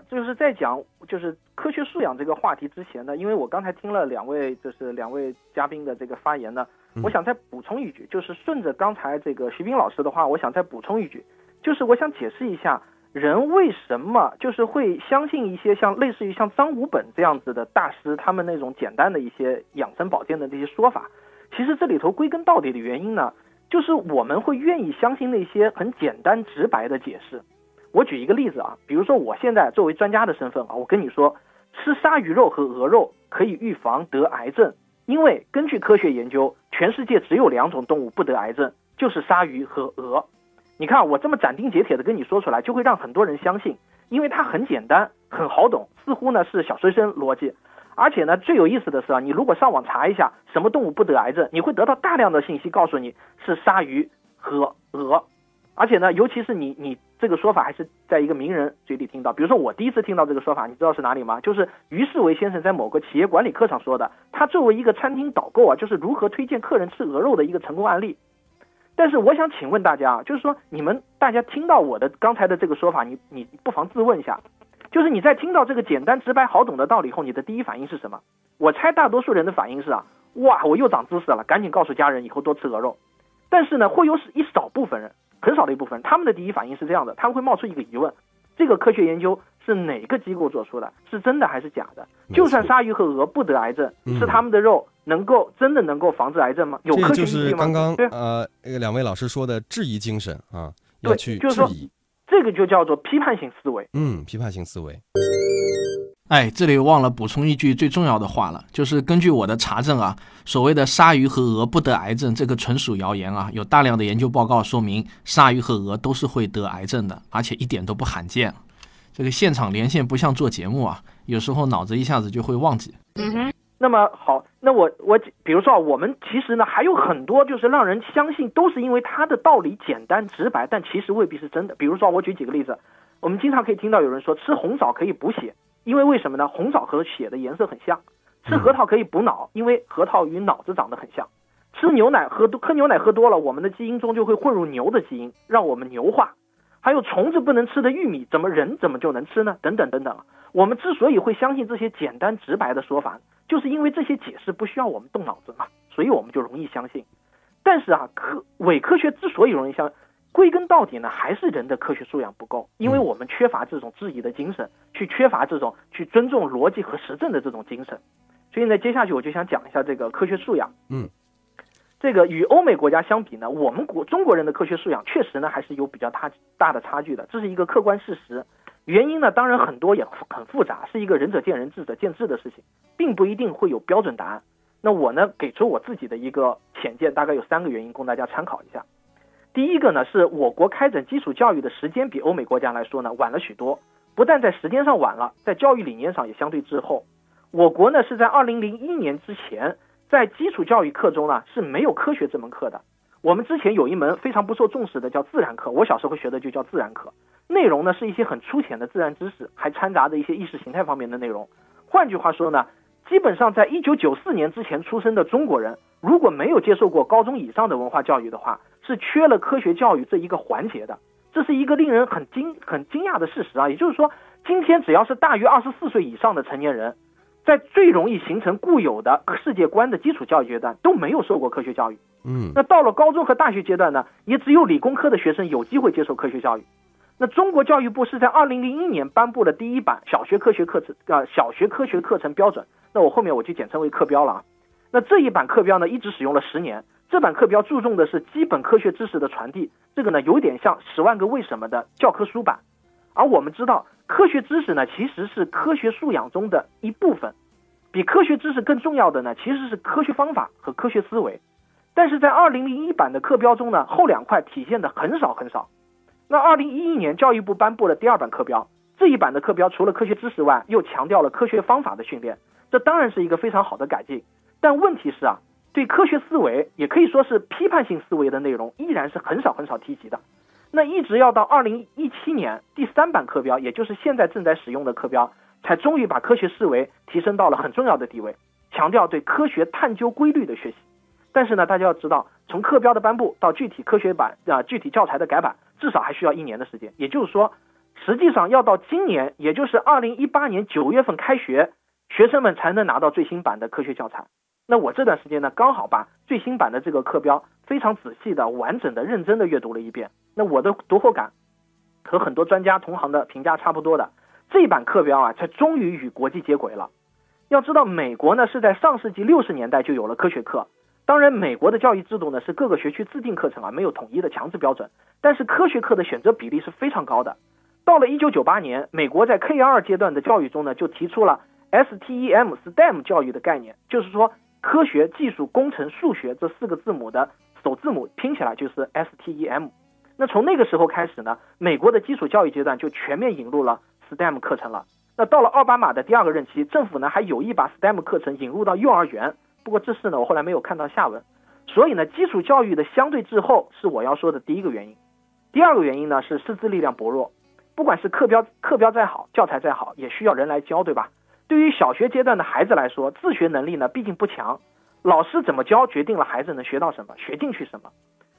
科学素养这个话题之前呢，因为我刚才听了两位嘉宾的这个发言呢，我想再补充一句，就是顺着刚才这个徐冰老师的话，我想再补充一句，就是我想解释一下人为什么就是会相信一些类似于像张武本这样子的大师他们那种简单的一些养生保健的这些说法。其实这里头归根到底的原因呢，就是我们会愿意相信那些很简单直白的解释。我举一个例子比如说我现在作为专家的身份我跟你说，吃鲨鱼肉和鹅肉可以预防得癌症，因为根据科学研究，全世界只有2种动物不得癌症，就是鲨鱼和鹅。你看我这么斩钉截铁的跟你说出来，就会让很多人相信，因为它很简单很好懂，似乎呢是小学生逻辑。而且呢最有意思的是你如果上网查一下什么动物不得癌症，你会得到大量的信息告诉你是鲨鱼和鹅。而且呢尤其是你这个说法还是在一个名人嘴里听到，比如说我第一次听到这个说法，你知道是哪里吗？就是于世维先生在某个企业管理课上说的，他作为一个餐厅导购就是如何推荐客人吃鹅肉的一个成功案例。 但是我想请问大家，就是说大家听到我的刚才的这个说法，你不妨自问一下，就是你在听到这个简单直白好懂的道理后，你的第一反应是什么？我猜大多数人的反应是哇，我又长知识了，赶紧告诉家人以后多吃鹅肉。但是呢，会有一少部分人，很少的一部分人，他们的第一反应是这样的，他们会冒出一个疑问：这个科学研究是哪个机构做出的？是真的还是假的？就算鲨鱼和鹅不得癌症，吃他们的肉真的能够防治癌症吗？有科学依据吗？ 这就是刚刚两位老师说的质疑精神啊，要去质疑， 这个就叫做批判性思维。 批判性思维。 这里忘了补充一句最重要的话了，就是根据我的查证所谓的鲨鱼和鹅不得癌症，这个纯属谣言有大量的研究报告说明鲨鱼和鹅都是会得癌症的，而且一点都不罕见。这个现场连线不像做节目有时候脑子一下子就会忘记。 那么好，那我比如说我们其实呢还有很多就是让人相信都是因为它的道理简单直白，但其实未必是真的。比如说我举几个例子，我们经常可以听到有人说吃红枣可以补血，因为什么呢？红枣和血的颜色很像。吃核桃可以补脑，因为核桃与脑子长得很像。喝牛奶喝多了，我们的基因中就会混入牛的基因，让我们牛化。还有虫子不能吃的玉米，人怎么就能吃呢？等等等等。我们之所以会相信这些简单直白的说法，就是因为这些解释不需要我们动脑子嘛，所以我们就容易相信。但是伪科学之所以容易相信，归根到底呢，还是人的科学素养不够，因为我们缺乏这种质疑的精神，缺乏这种去尊重逻辑和实证的这种精神。所以呢，接下去我就想讲一下这个科学素养。这个与欧美国家相比呢，我们中国人的科学素养确实呢还是有比较大的差距的，这是一个客观事实。原因呢，当然很多也很复杂，是一个仁者见仁，智者见智的事情，并不一定会有标准答案。那我呢，给出我自己的一个浅见，大概有3个原因供大家参考一下。第一个呢，是我国开展基础教育的时间比欧美国家来说呢晚了许多，不但在时间上晚了，在教育理念上也相对滞后。我国呢是在2001年之前，在基础教育课中呢是没有科学这门课的。我们之前有一门非常不受重视的叫自然课，我小时候学的就叫自然课，内容呢是一些很粗浅的自然知识，还掺杂着一些意识形态方面的内容。换句话说呢，基本上在1994年之前出生的中国人，如果没有接受过高中以上的文化教育的话，是缺了科学教育这一个环节的。这是一个令人很惊讶的事实也就是说，今天只要是大于24岁以上的成年人，在最容易形成固有的世界观的基础教育阶段都没有受过科学教育。那到了高中和大学阶段呢，也只有理工科的学生有机会接受科学教育。那中国教育部是在2001年颁布了第一版小学科学课程标准，那我后面我就简称为课标了。那这一版课标呢，一直使用了10年。这版课标注重的是基本科学知识的传递，这个呢有点像10万个为什么的教科书版。而我们知道，科学知识呢其实是科学素养中的一部分，比科学知识更重要的呢其实是科学方法和科学思维。但是在2001版的课标中呢，后2块体现的很少。那2011年教育部颁布了第2版课标，这一版的课标除了科学知识外，又强调了科学方法的训练，这当然是一个非常好的改进。但问题是对科学思维，也可以说是批判性思维的内容依然是很少提及的。那一直要到2017年第3版课标，也就是现在正在使用的课标，才终于把科学思维提升到了很重要的地位，强调对科学探究规律的学习。但是呢，大家要知道，从课标的颁布到具体科学版具体教材的改版，至少还需要1年的时间。也就是说，实际上要到今年，也就是2018年9月份开学，学生们才能拿到最新版的科学教材。那我这段时间呢，刚好把最新版的这个课标非常仔细的、完整的、认真的阅读了一遍。那我的读后感和很多专家同行的评价差不多的，这版课标才终于与国际接轨了。要知道，美国呢是在上世纪60年代就有了科学课。当然，美国的教育制度呢是各个学区自定课程没有统一的强制标准，但是科学课的选择比例是非常高的。到了1998年，美国在 K2 阶段的教育中呢，就提出了 STEM 教育的概念，就是说科学、技术、工程、数学这4个字母的首字母拼起来就是 STEM。那从那个时候开始呢，美国的基础教育阶段就全面引入了 STEM 课程了。那到了奥巴马的第2个任期，政府呢还有意把 STEM 课程引入到幼儿园，不过这事呢我后来没有看到下文。所以呢，基础教育的相对滞后是我要说的第一个原因。第2个原因呢是师资力量薄弱，不管是课标再好，教材再好，也需要人来教，对吧？对于小学阶段的孩子来说，自学能力呢毕竟不强，老师怎么教决定了孩子能学到什么，学进去什么。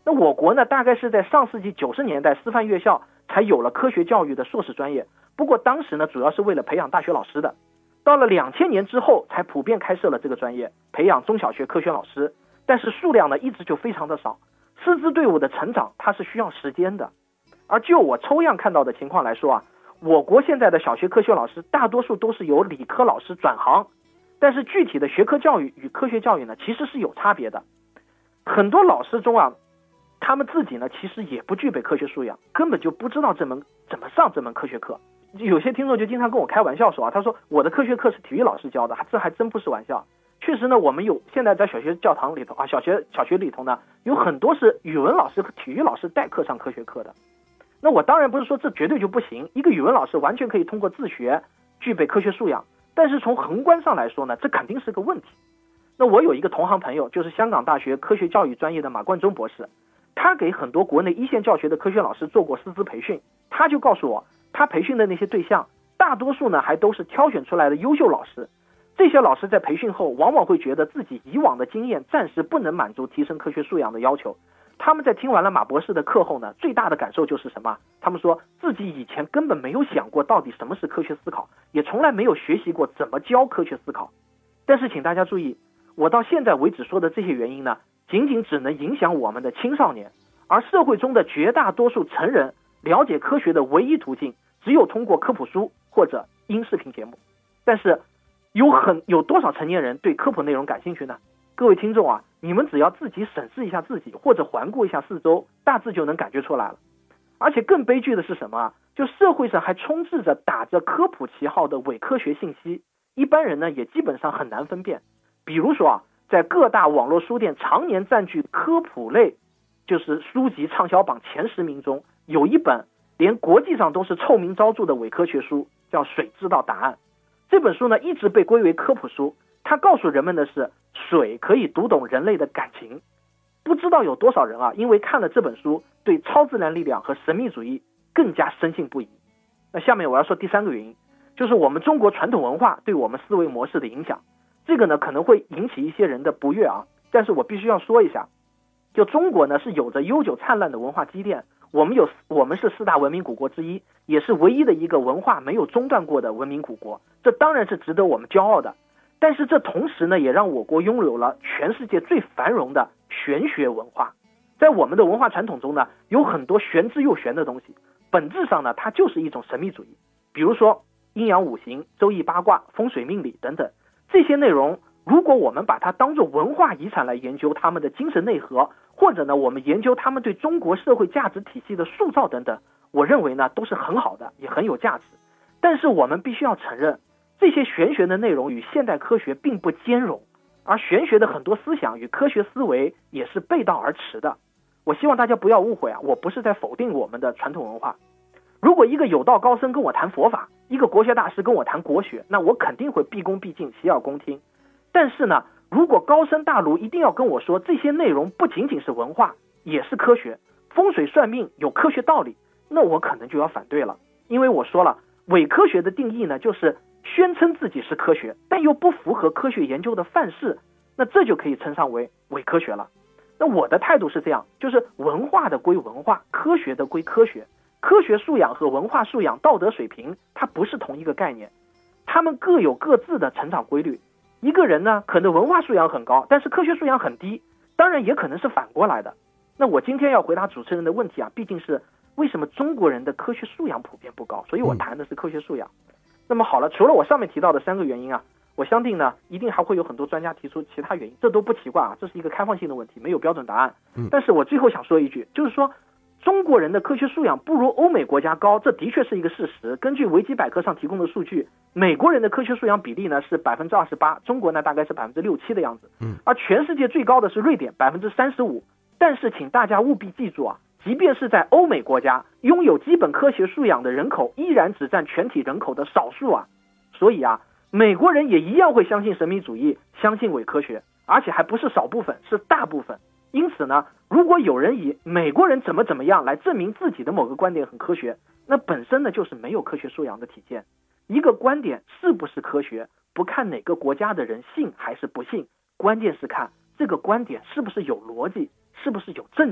那我国呢，大概是在上世纪90年代师范院校才有了科学教育的硕士专业，不过当时呢，主要是为了培养大学老师的。到了2000年之后，才普遍开设了这个专业，培养中小学科学老师，但是数量呢，一直就非常的少。师资队伍的成长，它是需要时间的。而就我抽样看到的情况来说啊，我国现在的小学科学老师大多数都是由理科老师转行，但是具体的学科教育与科学教育呢，其实是有差别的。很多老师中啊，他们自己呢，其实也不具备科学素养，根本就不知道怎么上这门科学课。有些听众就经常跟我开玩笑说啊，他说我的科学课是体育老师教的，这还真不是玩笑。确实呢，我们现在在小学教堂里头啊，小学里头呢，有很多是语文老师和体育老师代课上科学课的。那我当然不是说这绝对就不行，一个语文老师完全可以通过自学具备科学素养，但是从宏观上来说呢，这肯定是个问题。那我有一个同行朋友，就是香港大学科学教育专业的马冠中博士，他给很多国内一线教学的科学老师做过师资培训，他就告诉我，他培训的那些对象，大多数呢还都是挑选出来的优秀老师。这些老师在培训后，往往会觉得自己以往的经验暂时不能满足提升科学素养的要求。他们在听完了马博士的课后呢，最大的感受就是什么？他们说自己以前根本没有想过到底什么是科学思考，也从来没有学习过怎么教科学思考。但是请大家注意，我到现在为止说的这些原因呢，仅仅只能影响我们的青少年，而社会中的绝大多数成人了解科学的唯一途径，只有通过科普书或者音视频节目。但是有多少成年人对科普内容感兴趣呢？各位听众啊，你们只要自己审视一下自己，或者环顾一下四周，大致就能感觉出来了。而且更悲剧的是什么啊？就社会上还充斥着打着科普旗号的伪科学信息，一般人呢也基本上很难分辨。比如说啊，在各大网络书店常年占据科普类就是书籍畅销榜前10名中，有一本连国际上都是臭名昭著的伪科学书，叫《水知道答案》。这本书呢一直被归为科普书，它告诉人们的是水可以读懂人类的感情。不知道有多少人啊，因为看了这本书，对超自然力量和神秘主义更加深信不疑。那下面我要说第3个原因，就是我们中国传统文化对我们思维模式的影响。这个呢可能会引起一些人的不悦啊，但是我必须要说一下，就中国呢是有着悠久灿烂的文化积淀，我们是4大文明古国之一，也是唯一的一个文化没有中断过的文明古国，这当然是值得我们骄傲的。但是这同时呢，也让我国拥有了全世界最繁荣的玄学文化。在我们的文化传统中呢，有很多玄之又玄的东西，本质上呢，它就是一种神秘主义。比如说阴阳五行、周易八卦、风水命理等等，这些内容如果我们把它当作文化遗产来研究他们的精神内核，或者呢我们研究他们对中国社会价值体系的塑造等等，我认为呢都是很好的，也很有价值。但是我们必须要承认，这些玄学的内容与现代科学并不兼容，而玄学的很多思想与科学思维也是背道而驰的。我希望大家不要误会啊，我不是在否定我们的传统文化。如果一个有道高僧跟我谈佛法，一个国学大师跟我谈国学，那我肯定会毕恭毕敬，洗耳恭听。但是呢，如果高僧大儒一定要跟我说这些内容不仅仅是文化，也是科学，风水算命有科学道理，那我可能就要反对了。因为我说了，伪科学的定义呢，就是宣称自己是科学，但又不符合科学研究的范式，那这就可以称上为伪科学了。那我的态度是这样，就是文化的归文化，科学的归科学。科学素养和文化素养、道德水平，它不是同一个概念，他们各有各自的成长规律。一个人呢，可能文化素养很高，但是科学素养很低，当然也可能是反过来的。那我今天要回答主持人的问题啊，毕竟是为什么中国人的科学素养普遍不高，所以我谈的是科学素养。那么好了，除了我上面提到的3个原因啊，我相信呢，一定还会有很多专家提出其他原因，这都不奇怪啊，这是一个开放性的问题，没有标准答案。但是我最后想说一句，就是说中国人的科学素养不如欧美国家高，这的确是一个事实。根据维基百科上提供的数据，美国人的科学素养比例呢是 28%， 中国呢大概是 6-7% 的样子。而全世界最高的是瑞典 35%。但是请大家务必记住啊，即便是在欧美国家，拥有基本科学素养的人口依然只占全体人口的少数啊。所以啊，美国人也一样会相信神秘主义，相信伪科学，而且还不是少部分，是大部分。因此呢，如果有人以美国人怎么样来证明自己的某个观点很科学，那本身呢就是没有科学素养的体现。一个观点是不是科学，不看哪个国家的人信还是不信，关键是看这个观点是不是有逻辑，是不是有证据。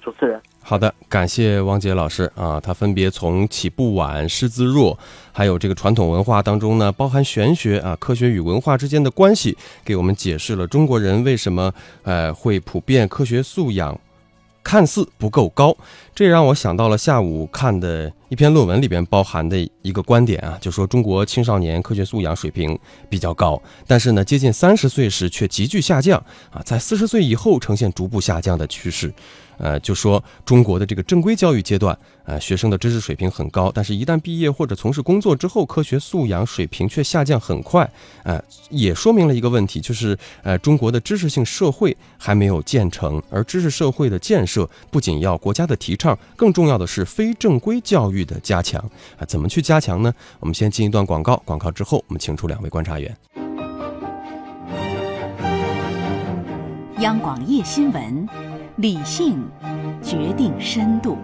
主持人。 好的，感谢汪杰老师啊，他分别从起步晚、师资弱，还有这个传统文化当中呢，包含玄学啊、科学与文化之间的关系，给我们解释了中国人为什么会普遍科学素养看似不够高。这让我想到了下午看的一篇论文里边包含的一个观点啊，就说中国青少年科学素养水平比较高，但是呢，接近30岁时却急剧下降啊，在40岁以后呈现逐步下降的趋势。就说中国的这个正规教育阶段，学生的知识水平很高，但是一旦毕业或者从事工作之后，科学素养水平却下降很快，也说明了一个问题，就是中国的知识性社会还没有建成，而知识社会的建设不仅要国家的提倡，更重要的是非正规教育的加强怎么去加强呢？我们先进一段广告，广告之后我们请出2位观察员。 央广夜新闻，理性决定深度。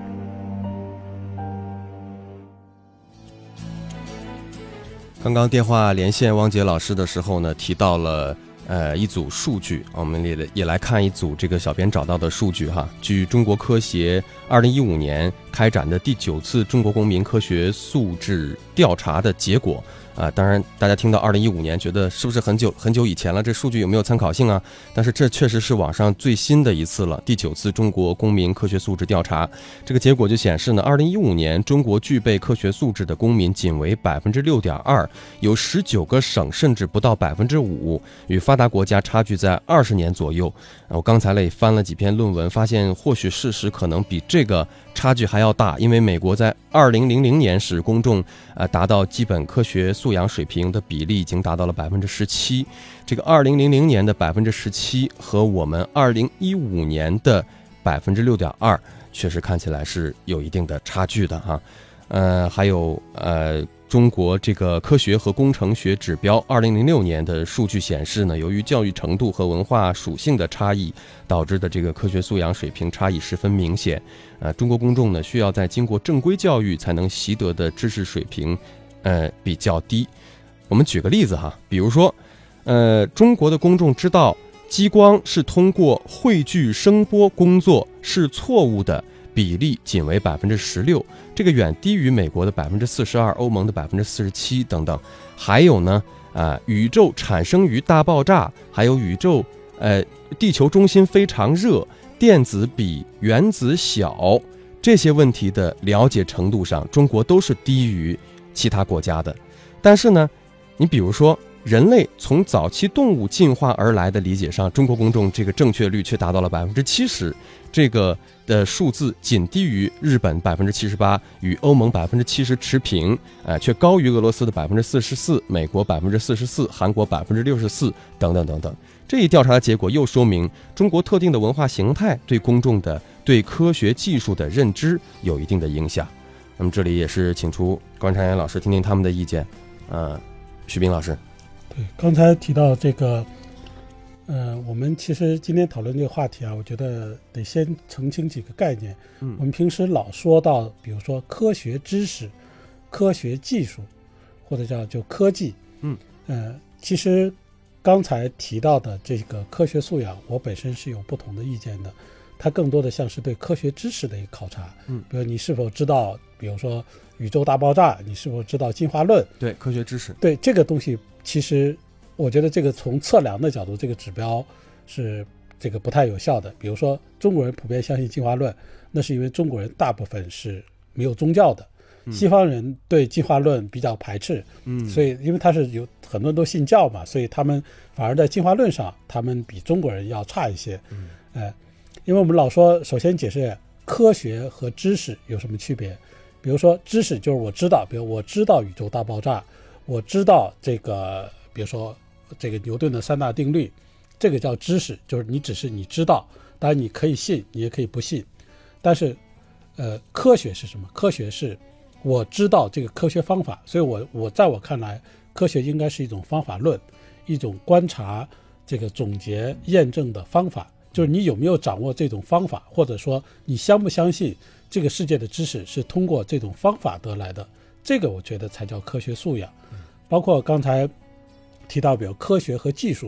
刚刚电话连线汪杰老师的时候呢，提到了一组数据，我们也来看一组这个小编找到的数据哈。据中国科协2015年开展的第9次中国公民科学素质调查的结果当然大家听到2015年觉得是不是很久以前了，这数据有没有参考性啊？但是这确实是网上最新的一次了，第9次中国公民科学素质调查。这个结果就显示呢，2015年中国具备科学素质的公民仅为 6.2%， 有19个省甚至不到 5%， 与发达国家差距在20年左右。我刚才也翻了几篇论文，发现或许事实可能比这个差距还要大，因为美国在2000年时公众达到基本科学素养水平的比例已经达到了 17%， 这个2000年的 17% 和我们2015年的 6.2% 确实看起来是有一定的差距的哈。还有中国这个科学和工程学指标2006年的数据显示呢，由于教育程度和文化属性的差异，导致的这个科学素养水平差异十分明显。中国公众呢需要在经过正规教育才能习得的知识水平比较低。我们举个例子哈，比如说中国的公众知道激光是通过汇聚声波工作是错误的比例仅为 16%， 这个远低于美国的 42%、 欧盟的 47% 等等。还有呢宇宙产生于大爆炸，还有宇宙地球中心非常热，电子比原子小，这些问题的了解程度上，中国都是低于其他国家的。但是呢，你比如说人类从早期动物进化而来的理解上，中国公众这个正确率却达到了 70%， 这个的数字仅低于日本 78%， 与欧盟 70% 持平，却高于俄罗斯的 44%， 美国 44%， 韩国 64%等等等等。这一调查的结果又说明中国特定的文化形态对公众的对科学技术的认知有一定的影响。那么这里也是请出观察员老师听听他们的意见。徐斌老师。 对，刚才提到这个我们其实今天讨论这个话题啊，我觉得得先澄清几个概念。我们平时老说到比如说科学知识、科学技术，或者就科技，其实刚才提到的这个科学素养，我本身是有不同的意见的。它更多的像是对科学知识的一个考察，比如你是否知道，比如说宇宙大爆炸，你是否知道进化论？ 对，科学知识， 对这个东西，其实我觉得这个从测量的角度，这个指标是这个不太有效的。比如说中国人普遍相信进化论，那是因为中国人大部分是没有宗教的，西方人对进化论比较排斥，所以因为他是有很多人都信教嘛，所以他们反而在进化论上，他们比中国人要差一些。因为我们老说，首先解释科学和知识有什么区别。比如说知识就是我知道，比如我知道宇宙大爆炸，我知道这个比如说这个牛顿的3大定律，这个叫知识，就是你只是你知道，当然你可以信你也可以不信。但是科学是什么？科学是我知道这个科学方法，所以我在我看来，科学应该是一种方法论，一种观察这个总结验证的方法，就是你有没有掌握这种方法，或者说你相不相信这个世界的知识是通过这种方法得来的，这个我觉得才叫科学素养。包括刚才提到比如科学和技术，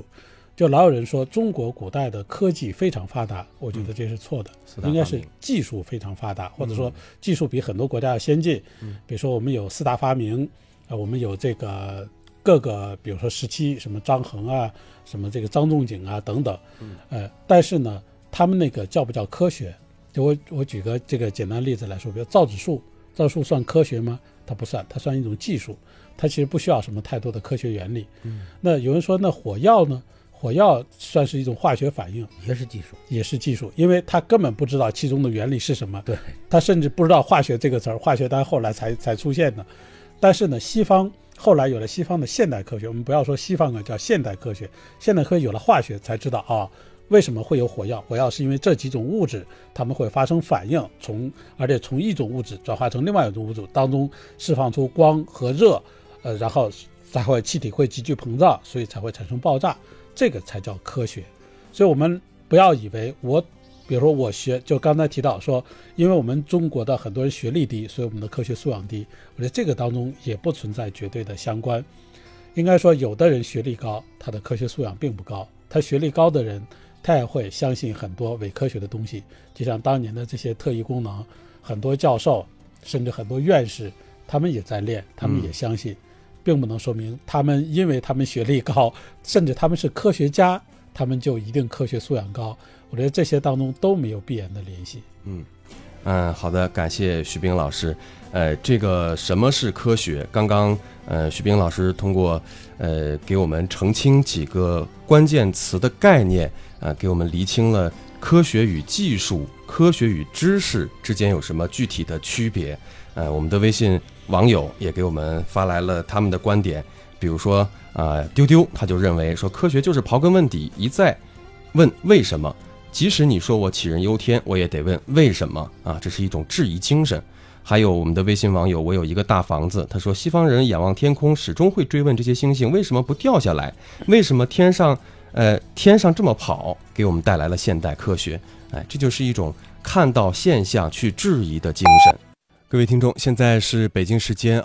就老有人说中国古代的科技非常发达，我觉得这是错的，应该是技术非常发达，或者说技术比很多国家要先进。比如说我们有4大发明，我们有这个各个，比如说17什么张衡啊，什么这个张仲景啊等等。但是呢，他们那个叫不叫科学？就我举个这个简单例子来说，比如造纸术算科学吗？它不算，它算一种技术，它其实不需要什么太多的科学原理。那有人说那火药呢？火药算是一种化学反应， 也是技术， 因为他根本不知道其中的原理是什么， 对， 他甚至不知道化学这个词儿，化学当然后来才出现的。但是呢，西方后来有了西方的现代科学，我们不要说西方叫现代科学，现代科学有了化学才知道啊，为什么会有火药？火药是因为这几种物质它们会发生反应，而且从一种物质转化成另外一种物质当中释放出光和热，然后才会气体会急剧膨胀，所以才会产生爆炸。这个才叫科学。所以我们不要以为比如说我学，就刚才提到说，因为我们中国的很多人学历低，所以我们的科学素养低，我觉得这个当中也不存在绝对的相关。应该说有的人学历高，他的科学素养并不高，他学历高的人他也会相信很多伪科学的东西，就像当年的这些特异功能，很多教授甚至很多院士他们也在练，他们也相信，并不能说明因为他们学历高，甚至他们是科学家，他们就一定科学素养高。我觉得这些当中都没有必然的联系。 好的，感谢徐冰老师。这个什么是科学？刚刚徐冰老师通过给我们澄清几个关键词的概念，给我们厘清了科学与技术、科学与知识之间有什么具体的区别。我们的微信网友也给我们发来了他们的观点，比如说丢丢他就认为说，科学就是刨根问底，一再问为什么，即使你说我杞人忧天，我也得问为什么啊，这是一种质疑精神。还有我们的微信网友我有一个大房子，他说西方人仰望天空始终会追问这些星星为什么不掉下来，为什么天上这么跑，给我们带来了现代科学。这就是一种看到现象去质疑的精神。各位听众，现在是北京时间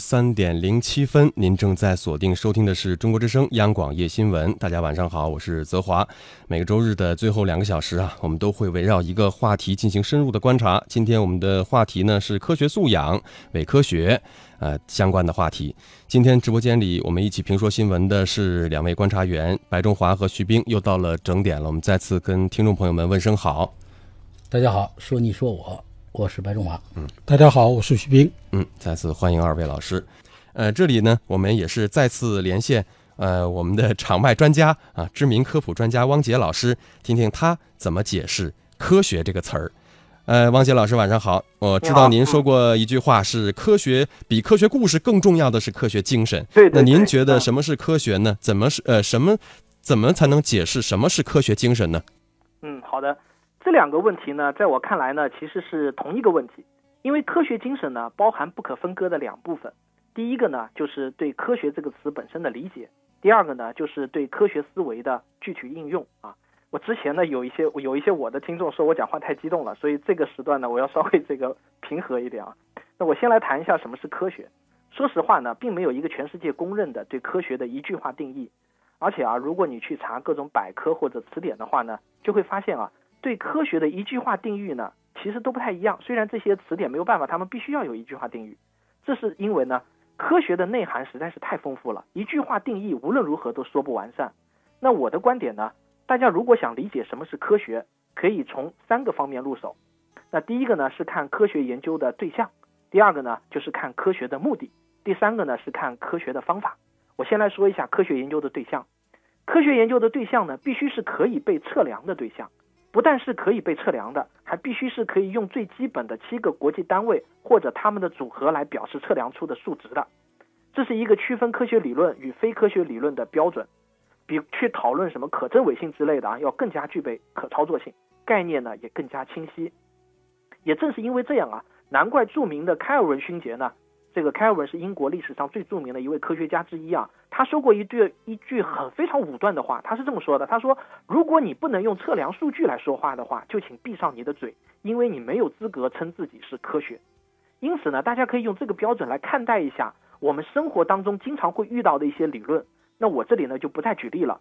23:07，您正在锁定收听的是中国之声央广夜新闻。大家晚上好，我是泽华。每个周日的最后2个小时我们都会围绕一个话题进行深入的观察。今天我们的话题呢是科学素养、伪科学相关的话题。今天直播间里我们一起评说新闻的是2位观察员白中华和徐冰。又到了整点了，我们再次跟听众朋友们问声好。 大家好，说你说我是白中华。 大家好，我是徐冰。 再次欢迎2位老师。这里呢，我们也是再次连线我们的场外专家知名科普专家汪杰老师，听听他怎么解释科学这个词儿。汪杰老师晚上好。我知道您说过一句话，是科学比科学故事更重要的是科学精神。 对。 那您觉得什么是科学呢？怎么才能解释什么是科学精神呢？ 好的。这2个问题呢，在我看来呢，其实是同一个问题。因为科学精神呢，包含不可分割的2部分。第一个呢，就是对科学这个词本身的理解；第二个呢，就是对科学思维的具体应用我之前呢，有一些我的听众说我讲话太激动了，所以这个时段呢，我要稍微平和一点那我先来谈一下什么是科学。说实话呢，并没有一个全世界公认的对科学的一句话定义。而且如果你去查各种百科或者词典的话呢，就会发现对科学的一句话定义呢，其实都不太一样。虽然这些词典没有办法，他们必须要有一句话定义。这是因为呢，科学的内涵实在是太丰富了，一句话定义无论如何都说不完善。那我的观点呢，大家如果想理解什么是科学，可以从3个方面入手。那第一个呢，是看科学研究的对象；第二个呢，就是看科学的目的；第3个呢，是看科学的方法。我先来说一下科学研究的对象。科学研究的对象呢，必须是可以被测量的对象。不但是可以被测量的，还必须是可以用最基本的7个国际单位或者它们的组合来表示测量出的数值的。这是一个区分科学理论与非科学理论的标准，比去讨论什么可证伪性之类的要更加具备可操作性，概念呢也更加清晰。也正是因为这样难怪著名的开尔文勋爵呢，这个开尔文是英国历史上最著名的一位科学家之一他说过一句非常武断的话。他是这么说的，他说，如果你不能用测量数据来说话的话，就请闭上你的嘴，因为你没有资格称自己是科学。因此呢，大家可以用这个标准来看待一下我们生活当中经常会遇到的一些理论。那我这里呢就不再举例了。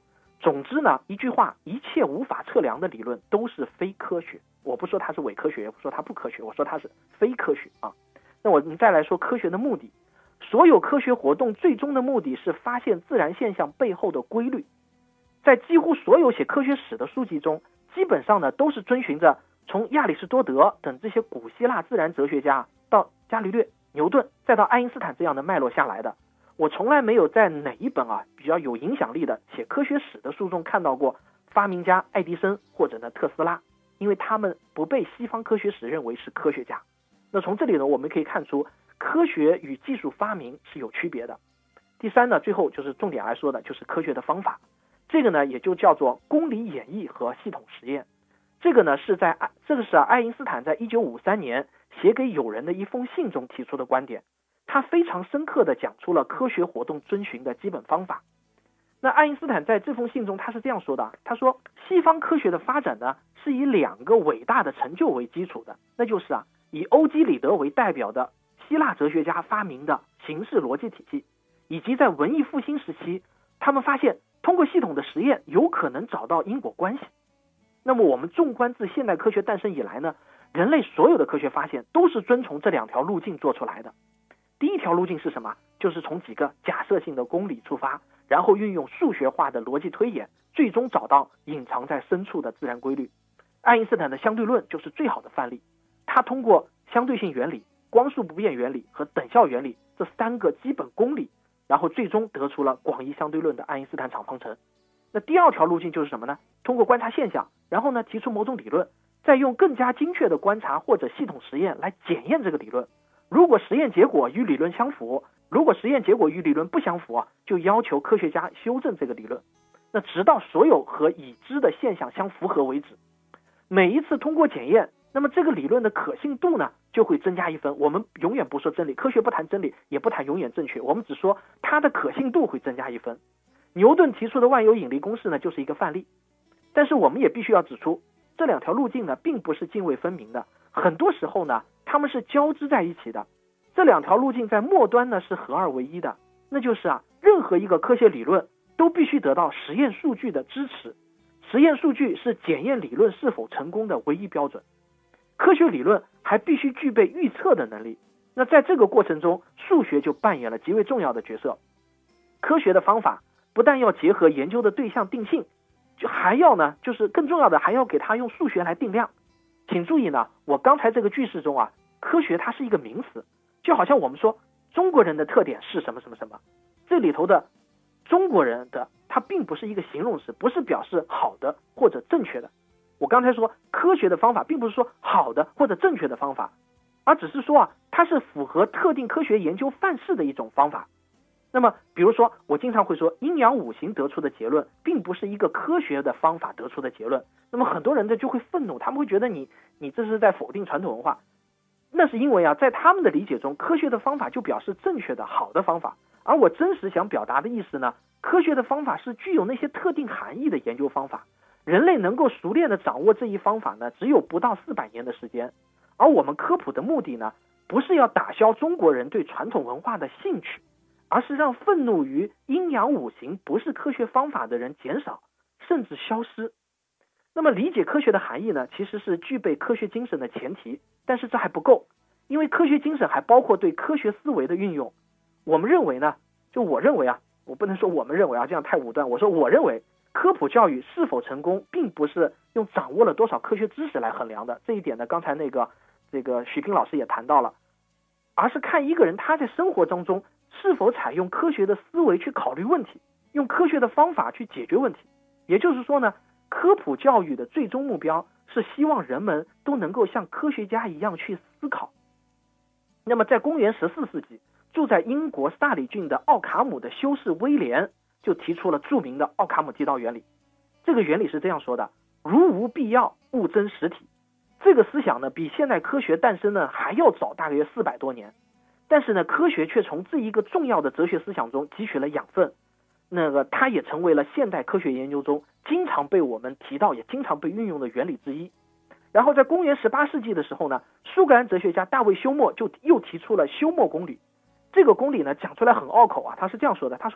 总之呢，一句话，一切无法测量的理论都是非科学。我不说它是伪科学，也不说它不科学，我说它是非科学啊。那我们再来说科学的目的，所有科学活动最终的目的是发现自然现象背后的规律。在几乎所有写科学史的书籍中，基本上呢都是遵循着从亚里士多德等这些古希腊自然哲学家到伽利略、牛顿，再到爱因斯坦这样的脉络下来的。我从来没有在哪一本比较有影响力的写科学史的书中看到过发明家爱迪生或者呢特斯拉，因为他们不被西方科学史认为是科学家。那从这里呢，我们可以看出科学与技术发明是有区别的。第三呢，最后就是重点来说的，就是科学的方法。这个呢，也就叫做公理演绎和系统实验。这个呢，是爱因斯坦在1953年写给友人的一封信中提出的观点。他非常深刻地讲出了科学活动遵循的基本方法。那爱因斯坦在这封信中他是这样说的，他说西方科学的发展呢，是以2个伟大的成就为基础的，那就是以欧几里得为代表的希腊哲学家发明的形式逻辑体系，以及在文艺复兴时期他们发现通过系统的实验有可能找到因果关系。那么我们纵观自现代科学诞生以来呢，人类所有的科学发现都是遵从这2条路径做出来的。第一条路径是什么？就是从几个假设性的公理出发，然后运用数学化的逻辑推演，最终找到隐藏在深处的自然规律。爱因斯坦的相对论就是最好的范例。他通过相对性原理、光速不变原理和等效原理这3个基本公理，然后最终得出了广义相对论的爱因斯坦场方程。那第2条路径就是什么呢？通过观察现象，然后呢提出某种理论，再用更加精确的观察或者系统实验来检验这个理论。如果实验结果与理论相符，如果实验结果与理论不相符，就要求科学家修正这个理论。那直到所有和已知的现象相符合为止。每一次通过检验，那么这个理论的可信度呢就会增加1分。我们永远不说真理，科学不谈真理，也不谈永远正确，我们只说它的可信度会增加1分。牛顿提出的万有引力公式呢就是一个范例。但是我们也必须要指出，这2条路径呢并不是泾渭分明的，很多时候呢它们是交织在一起的。这2条路径在末端呢是合二为一的，那就是任何一个科学理论都必须得到实验数据的支持，实验数据是检验理论是否成功的唯一标准。科学理论还必须具备预测的能力，那在这个过程中，数学就扮演了极为重要的角色。科学的方法不但要结合研究的对象定性，还要呢，就是更重要的还要给它用数学来定量。请注意呢，我刚才这个句式中科学它是一个名词，就好像我们说中国人的特点是什么什么什么，这里头的中国人的它并不是一个形容词，不是表示好的或者正确的。我刚才说科学的方法并不是说好的或者正确的方法，而只是说它是符合特定科学研究范式的一种方法。那么比如说我经常会说阴阳五行得出的结论并不是一个科学的方法得出的结论，那么很多人就会愤怒，他们会觉得你这是在否定传统文化。那是因为在他们的理解中，科学的方法就表示正确的好的方法，而我真实想表达的意思呢，科学的方法是具有那些特定含义的研究方法。人类能够熟练的掌握这一方法呢，只有不到400年的时间。而我们科普的目的呢，不是要打消中国人对传统文化的兴趣，而是让愤怒于阴阳五行不是科学方法的人减少，甚至消失。那么理解科学的含义呢，其实是具备科学精神的前提，但是这还不够，因为科学精神还包括对科学思维的运用。我们认为呢，我认为我不能说我们认为这样太武断，我说我认为科普教育是否成功并不是用掌握了多少科学知识来衡量的，这一点呢刚才这个许斌老师也谈到了，而是看一个人他在生活当中是否采用科学的思维去考虑问题，用科学的方法去解决问题。也就是说呢，科普教育的最终目标是希望人们都能够像科学家一样去思考。那么在公元14世纪，住在英国萨里郡的奥卡姆的修士威廉就提出了著名的奥卡姆剃刀原理。这个原理是这样说的：如无必要，勿增实体。这个思想呢，比现代科学诞生呢还要早大约400多年。但是呢，科学却从这一个重要的哲学思想中汲取了养分，它也成为了现代科学研究中经常被我们提到也经常被运用的原理之一。然后在公元18世纪的时候呢，苏格兰哲学家大卫休谟就又提出了休谟公理。这个公理呢讲出来很拗口他是这样说的，他说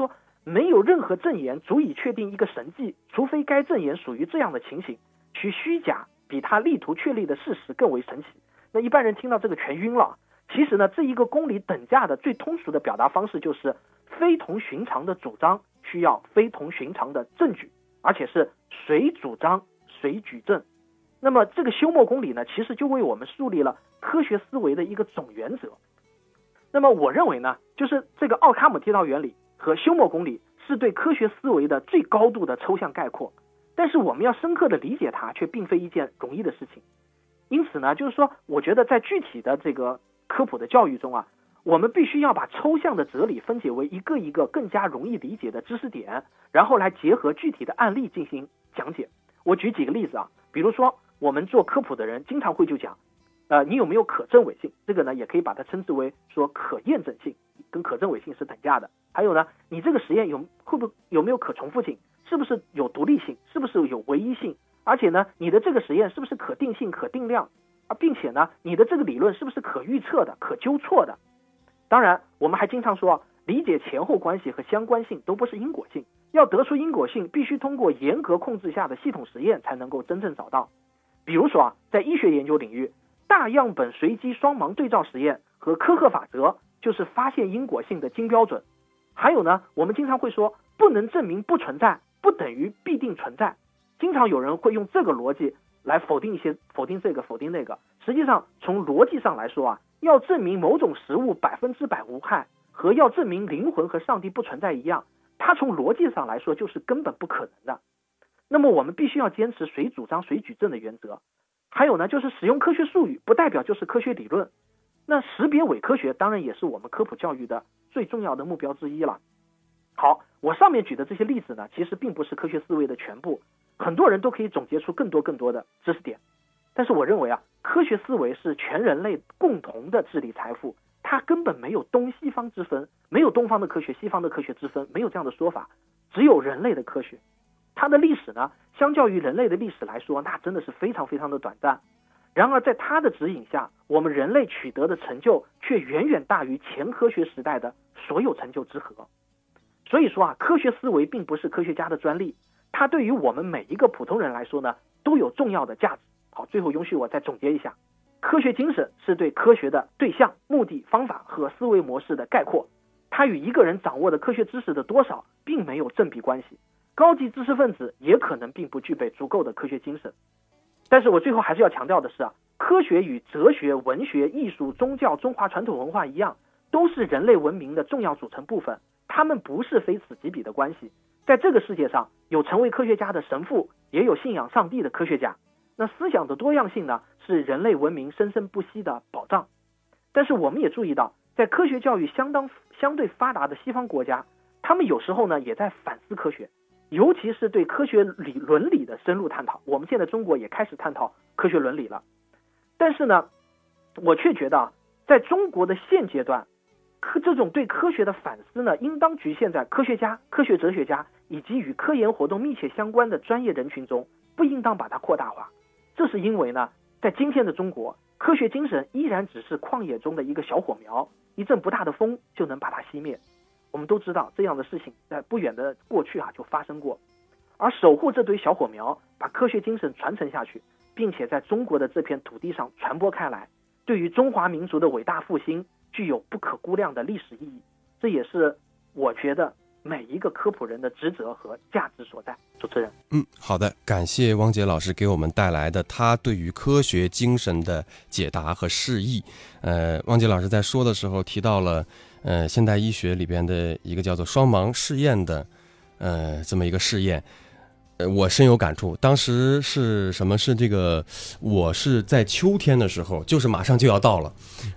没有任何证言足以确定一个神迹，除非该证言属于这样的情形，其虚假比他力图确立的事实更为神奇。那一般人听到这个全晕了。其实呢，这一个公理等价的最通俗的表达方式就是非同寻常的主张需要非同寻常的证据，而且是谁主张谁举证。那么这个休谟公理呢，其实就为我们树立了科学思维的一个总原则。那么我认为呢，就是这个奥卡姆剃刀原理和休谟公理是对科学思维的最高度的抽象概括，但是我们要深刻的理解它却并非一件容易的事情。因此呢，就是说我觉得在具体的这个科普的教育中啊，我们必须要把抽象的哲理分解为一个一个更加容易理解的知识点，然后来结合具体的案例进行讲解。我举几个例子啊，比如说我们做科普的人经常会就讲你有没有可证伪性，这个呢也可以把它称之为说可验证性，跟可证伪性是等价的。还有呢，你这个实验有没有可重复性，是不是有独立性，是不是有唯一性，而且呢你的这个实验是不是可定性可定量，并且呢你的这个理论是不是可预测的可纠错的。当然我们还经常说理解前后关系和相关性都不是因果性，要得出因果性必须通过严格控制下的系统实验才能够真正找到。比如说在医学研究领域，大样本随机双盲对照实验和科赫法则就是发现因果性的金标准。还有呢，我们经常会说不能证明不存在不等于必定存在，经常有人会用这个逻辑来否定这个否定那个。实际上从逻辑上来说要证明某种食物100%无害和要证明灵魂和上帝不存在一样，它从逻辑上来说就是根本不可能的。那么我们必须要坚持谁主张谁举证的原则。还有呢，就是使用科学术语不代表就是科学理论。那识别伪科学当然也是我们科普教育的最重要的目标之一了。好，我上面举的这些例子呢，其实并不是科学思维的全部，很多人都可以总结出更多的知识点。但是我认为科学思维是全人类共同的智力财富，它根本没有东西方之分，没有东方的科学西方的科学之分，没有这样的说法，只有人类的科学。它的历史呢，相较于人类的历史来说，那真的是非常非常的短暂。然而在它的指引下，我们人类取得的成就却远远大于前科学时代的所有成就之和。所以说科学思维并不是科学家的专利，它对于我们每一个普通人来说呢，都有重要的价值。好，最后允许我再总结一下，科学精神是对科学的对象、目的、方法和思维模式的概括，它与一个人掌握的科学知识的多少并没有正比关系。高级知识分子也可能并不具备足够的科学精神。但是我最后还是要强调的是科学与哲学、文学、艺术、宗教、中华传统文化一样，都是人类文明的重要组成部分，它们不是非此即彼的关系。在这个世界上，有成为科学家的神父，也有信仰上帝的科学家。那思想的多样性呢，是人类文明生生不息的保障。但是我们也注意到，在科学教育相对发达的西方国家，他们有时候呢也在反思科学，尤其是对科学伦理的深入探讨。我们现在中国也开始探讨科学伦理了。但是呢，我却觉得在中国的现阶段，这种对科学的反思呢，应当局限在科学家、科学哲学家以及与科研活动密切相关的专业人群中，不应当把它扩大化。这是因为呢，在今天的中国，科学精神依然只是旷野中的一个小火苗，一阵不大的风就能把它熄灭。我们都知道这样的事情在不远的过去就发生过。而守护这堆小火苗，把科学精神传承下去，并且在中国的这片土地上传播开来，对于中华民族的伟大复兴具有不可估量的历史意义。这也是我觉得每一个科普人的职责和价值所在。主持人， 好的，感谢汪杰老师给我们带来的他对于科学精神的解答和释义。汪杰老师在说的时候提到了现代医学里边的一个叫做双盲试验的这么一个试验。我深有感触。当时是什么？是这个，我是在秋天的时候，就是马上就要到了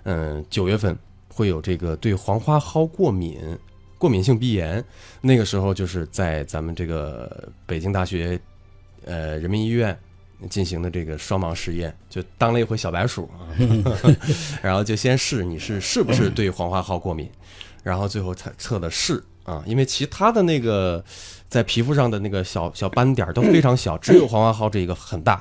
，9月份会有这个对黄花蒿过敏性鼻炎，那个时候就是在咱们这个北京大学人民医院进行的这个双盲试验，就当了一回小白鼠然后就先试你是不是对黄花蒿过敏，然后最后测的是因为其他的那个在皮肤上的那个小斑点都非常小，只有黄花蒿这个很大，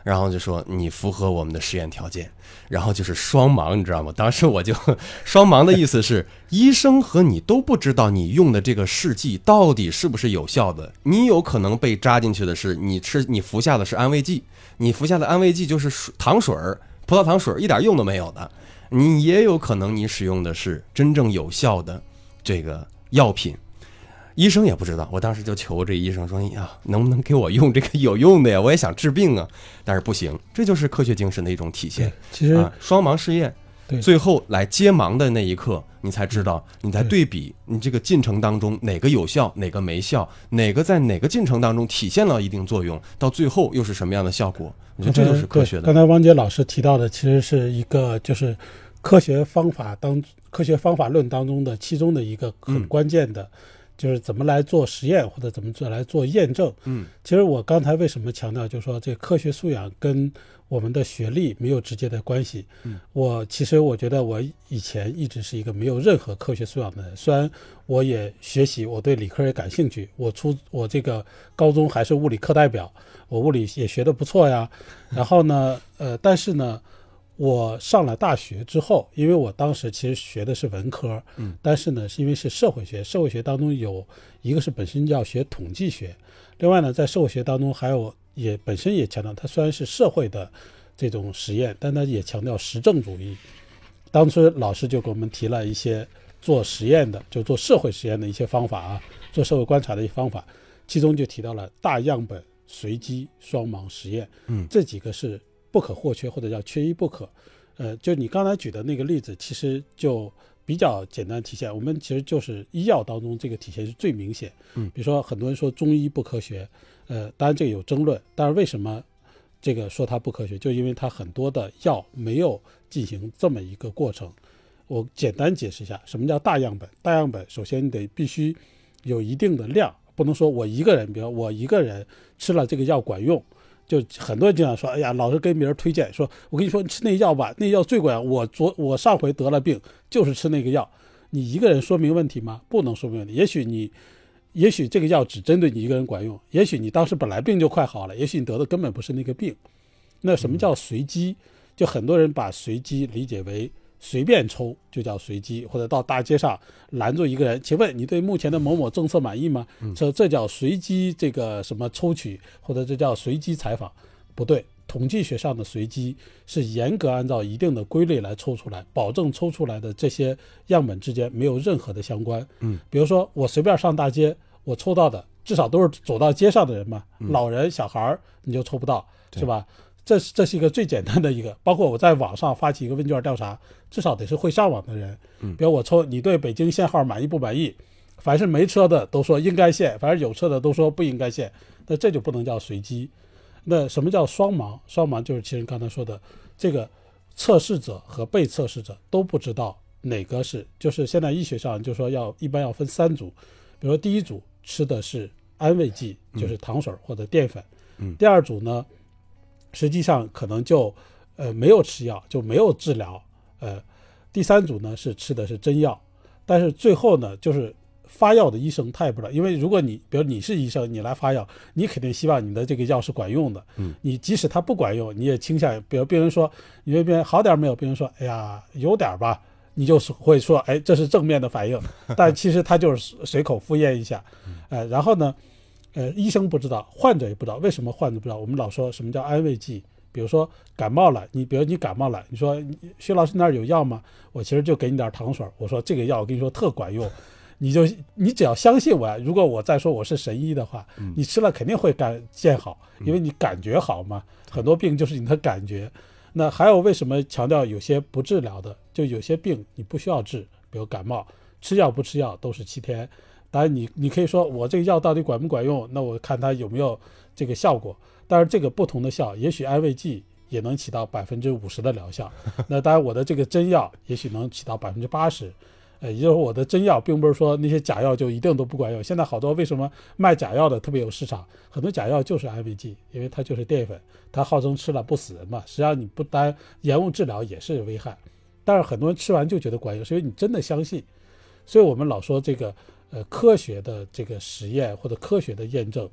然后就说你符合我们的实验条件，然后就是双盲，你知道吗？当时我就双盲的意思是医生和你都不知道你用的这个试剂到底是不是有效的，你有可能被扎进去的是你服下的是安慰剂，你服下的安慰剂就是糖水葡萄糖水，一点用都没有的，你也有可能你使用的是真正有效的这个药品。医生也不知道，我当时就求这医生说：“哎呀，能不能给我用这个有用的呀？我也想治病啊。”但是不行，这就是科学精神的一种体现。 其实双盲试验，最后来揭盲的那一刻，你才知道，你在对比你这个进程当中哪个有效，哪个没效，哪个在哪个进程当中体现了一定作用，到最后又是什么样的效果？我觉得这就是科学的。 刚才汪杰老师提到的，其实是一个就是科学方法论当中的其中的一个很关键的。就是怎么来做实验或者怎么来做验证。其实我刚才为什么强调就是说这科学素养跟我们的学历没有直接的关系。其实我觉得我以前一直是一个没有任何科学素养的人，虽然我也学习，我对理科也感兴趣，我这个高中还是物理课代表，我物理也学得不错呀。然后呢但是呢我上了大学之后，因为我当时其实学的是文科，但是呢是因为是社会学，社会学当中有一个是本身要学统计学，另外呢在社会学当中还有本身也强调，它虽然是社会的这种实验，但它也强调实证主义。当时老师就给我们提了一些做实验的，就做社会实验的一些方法啊，做社会观察的一些方法，其中就提到了大样本、随机、双盲实验，这几个是不可或缺，或者叫缺一不可。就你刚才举的那个例子，其实就比较简单体现，我们其实就是医药当中这个体现是最明显。比如说很多人说中医不科学，当然这个有争论，但是为什么这个说它不科学，就因为它很多的药没有进行这么一个过程。我简单解释一下什么叫大样本。大样本首先你得必须有一定的量，不能说我一个人，比如我一个人吃了这个药管用，就很多人经常说，哎呀，老是跟别人推荐，说我跟你说你吃那药吧，那药最管用，我上回得了病就是吃那个药。你一个人说明问题吗？不能说明问题。也许这个药只针对你一个人管用，也许你当时本来病就快好了，也许你得的根本不是那个病。那什么叫随机？就很多人把随机理解为随便抽就叫随机，或者到大街上拦住一个人，请问你对目前的某某政策满意吗？这叫随机这个什么抽取，或者这叫随机采访。不对，统计学上的随机是严格按照一定的规律来抽出来，保证抽出来的这些样本之间没有任何的相关。比如说我随便上大街，我抽到的至少都是走到街上的人嘛，老人小孩你就抽不到，是吧？这是一个最简单的一个。包括我在网上发起一个问卷调查，至少得是会上网的人。比如我抽你对北京限号满意不满意，凡是没车的都说应该限，凡是有车的都说不应该限，那这就不能叫随机。那什么叫双盲？双盲就是其实刚才说的这个测试者和被测试者都不知道哪个是，就是现在医学上就说一般要分3组。比如说第一组吃的是安慰剂，就是糖水或者淀粉。第二组呢实际上可能就没有吃药，就没有治疗。第三组呢是吃的是真药，但是最后呢就是发药的医生他也不知道，因为如果比如你是医生，你来发药，你肯定希望你的这个药是管用的。你即使它不管用，你也倾向，比如病人说你这边好点没有，病人说哎呀有点吧，你就会说哎这是正面的反应，但其实他就是随口敷衍一下。然后呢医生不知道，患者也不知道。为什么患者不知道？我们老说什么叫安慰剂，比如说感冒了，比如你感冒了，你说薛老师那儿有药吗？我其实就给你点糖水，我说这个药我跟你说特管用，你只要相信我呀。如果我再说我是神医的话，你吃了肯定会见好，因为你感觉好嘛。很多病就是你的感觉。那还有为什么强调有些不治疗的，就有些病你不需要治，比如感冒，吃药不吃药都是7天。当然你可以说我这个药到底管不管用，那我看它有没有这个效果。但是这个不同的效，也许安慰剂也能起到50%的疗效，那当然我的这个真药也许能起到80%。也就是说我的真药并不是说那些假药就一定都不管用。现在好多为什么卖假药的特别有市场，很多假药就是安慰剂，因为它就是淀粉，它号称吃了不死人嘛，实际上你不单延误治疗也是危害。但是很多人吃完就觉得管用，是因为你真的相信。所以我们老说这个科学的这个实验或者科学的验证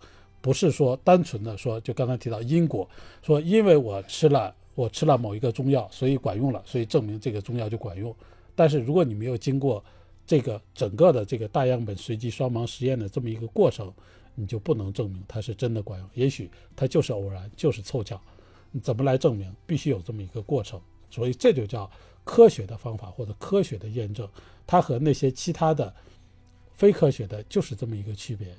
不是说单纯的说就刚才提到因果，说因为我吃了某一个中药所以管用了，所以证明这个中药就管用。但是如果你没有经过这个整个的这个大样本随机双盲实验的这么一个过程，你就不能证明它是真的管用，也许它就是偶然，就是凑巧，你怎么来证明？必须有这么一个过程。所以这就叫科学的方法或者科学的验证，它和那些其他的非科学的就是这么一个区别。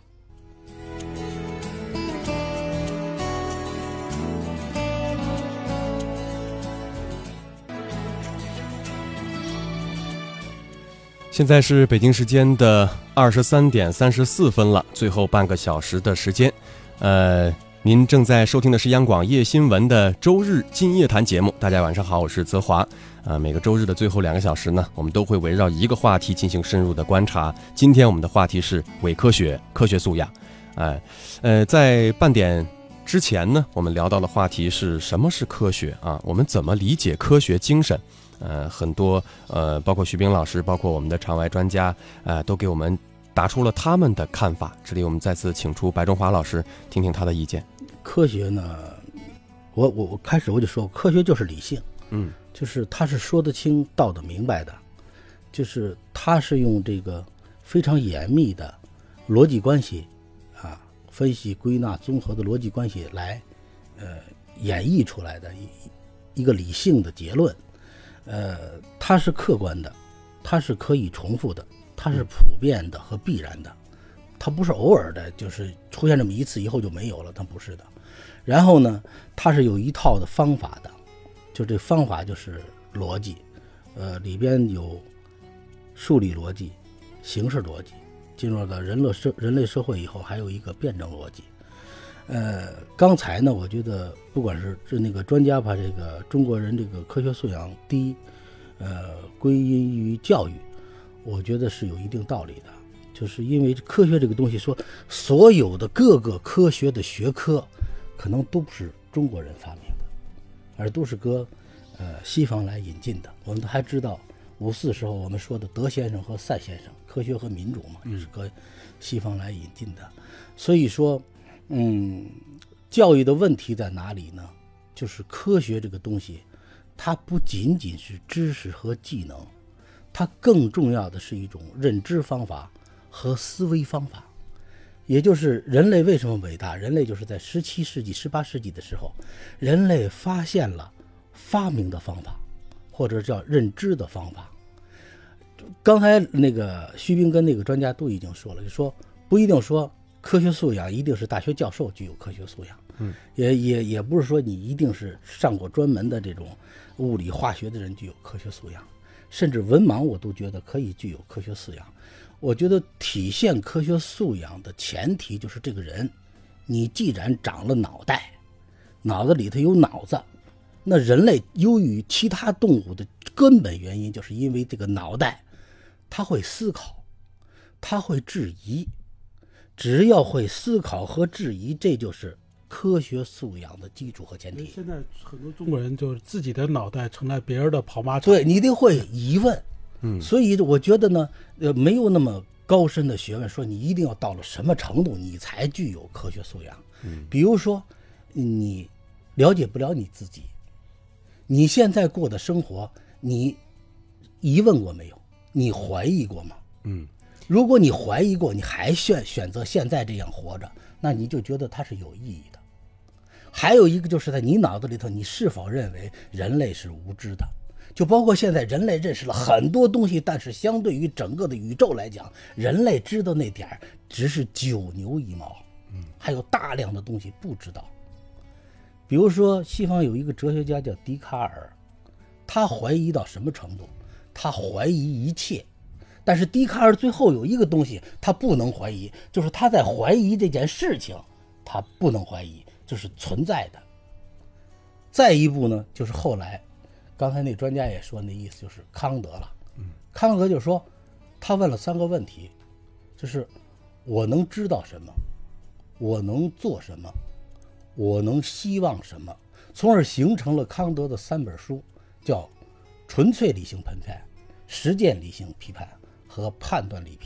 现在是北京时间的23点34分了，最后半个小时的时间。您正在收听的是央广夜新闻的周日今夜谈节目。大家晚上好，我是泽华。每个周日的最后2个小时呢，我们都会围绕一个话题进行深入的观察。今天我们的话题是伪科学、科学素养。在半点之前呢，我们聊到的话题是什么是科学啊？我们怎么理解科学精神？很多包括徐冰老师，包括我们的场外专家，都给我们打出了他们的看法。这里我们再次请出白中华老师，听听他的意见。 科学呢，我开始我就说，科学就是理性，就是他是说得清道得明白的，就是他是用这个非常严密的逻辑关系啊，分析归纳综合的逻辑关系来演绎出来的一个理性的结论。它是客观的，它是可以重复的，它是普遍的和必然的，它不是偶尔的，就是出现这么一次以后就没有了，它不是的。然后呢，它是有一套的方法的，就这方法就是逻辑，里边有数理逻辑、形式逻辑，进入到人类社会以后，还有一个辩证逻辑。刚才呢，我觉得不管是那个专家把这个中国人这个科学素养低，归因于教育，我觉得是有一定道理的。就是因为科学这个东西说，所有的各个科学的学科，可能都不是中国人发明的，而都是搁西方来引进的。我们还知道54时候我们说的德先生和赛先生，科学和民主嘛，也是搁西方来引进的。所以说教育的问题在哪里呢？就是科学这个东西，它不仅仅是知识和技能，它更重要的是一种认知方法和思维方法。也就是人类为什么伟大？人类就是在17世纪、18世纪的时候，人类发现了发明的方法，或者叫认知的方法。刚才那个徐冰跟那个专家都已经说了，就说不一定说科学素养一定是大学教授具有科学素养，也不是说你一定是上过专门的这种物理化学的人具有科学素养，甚至文盲我都觉得可以具有科学素养。我觉得体现科学素养的前提就是这个人，你既然长了脑袋，脑子里头有脑子，那人类优于其他动物的根本原因就是因为这个脑袋，他会思考，他会质疑。只要会思考和质疑，这就是科学素养的基础和前提。 现在很多中国人就是自己的脑袋成了别人的跑马场， 对，你一定会疑问。所以我觉得呢，没有那么高深的学问说你一定要到了什么程度你才具有科学素养。比如说你了解不了你自己，你现在过的生活你疑问过没有？你怀疑过吗？如果你怀疑过，你还选择现在这样活着，那你就觉得它是有意义的。还有一个就是在你脑子里头，你是否认为人类是无知的？就包括现在人类认识了很多东西，但是相对于整个的宇宙来讲，人类知道那点儿只是9牛1毛，还有大量的东西不知道。比如说西方有一个哲学家叫笛卡尔，他怀疑到什么程度？他怀疑一切。但是笛卡尔最后有一个东西他不能怀疑，就是他在怀疑这件事情，他不能怀疑，就是存在的。再一步呢，就是后来刚才那专家也说，那意思就是康德了。康德就说他问了3个问题，就是我能知道什么，我能做什么，我能希望什么，从而形成了康德的3本书，叫纯粹理性批判、实践理性批判和判断力批判。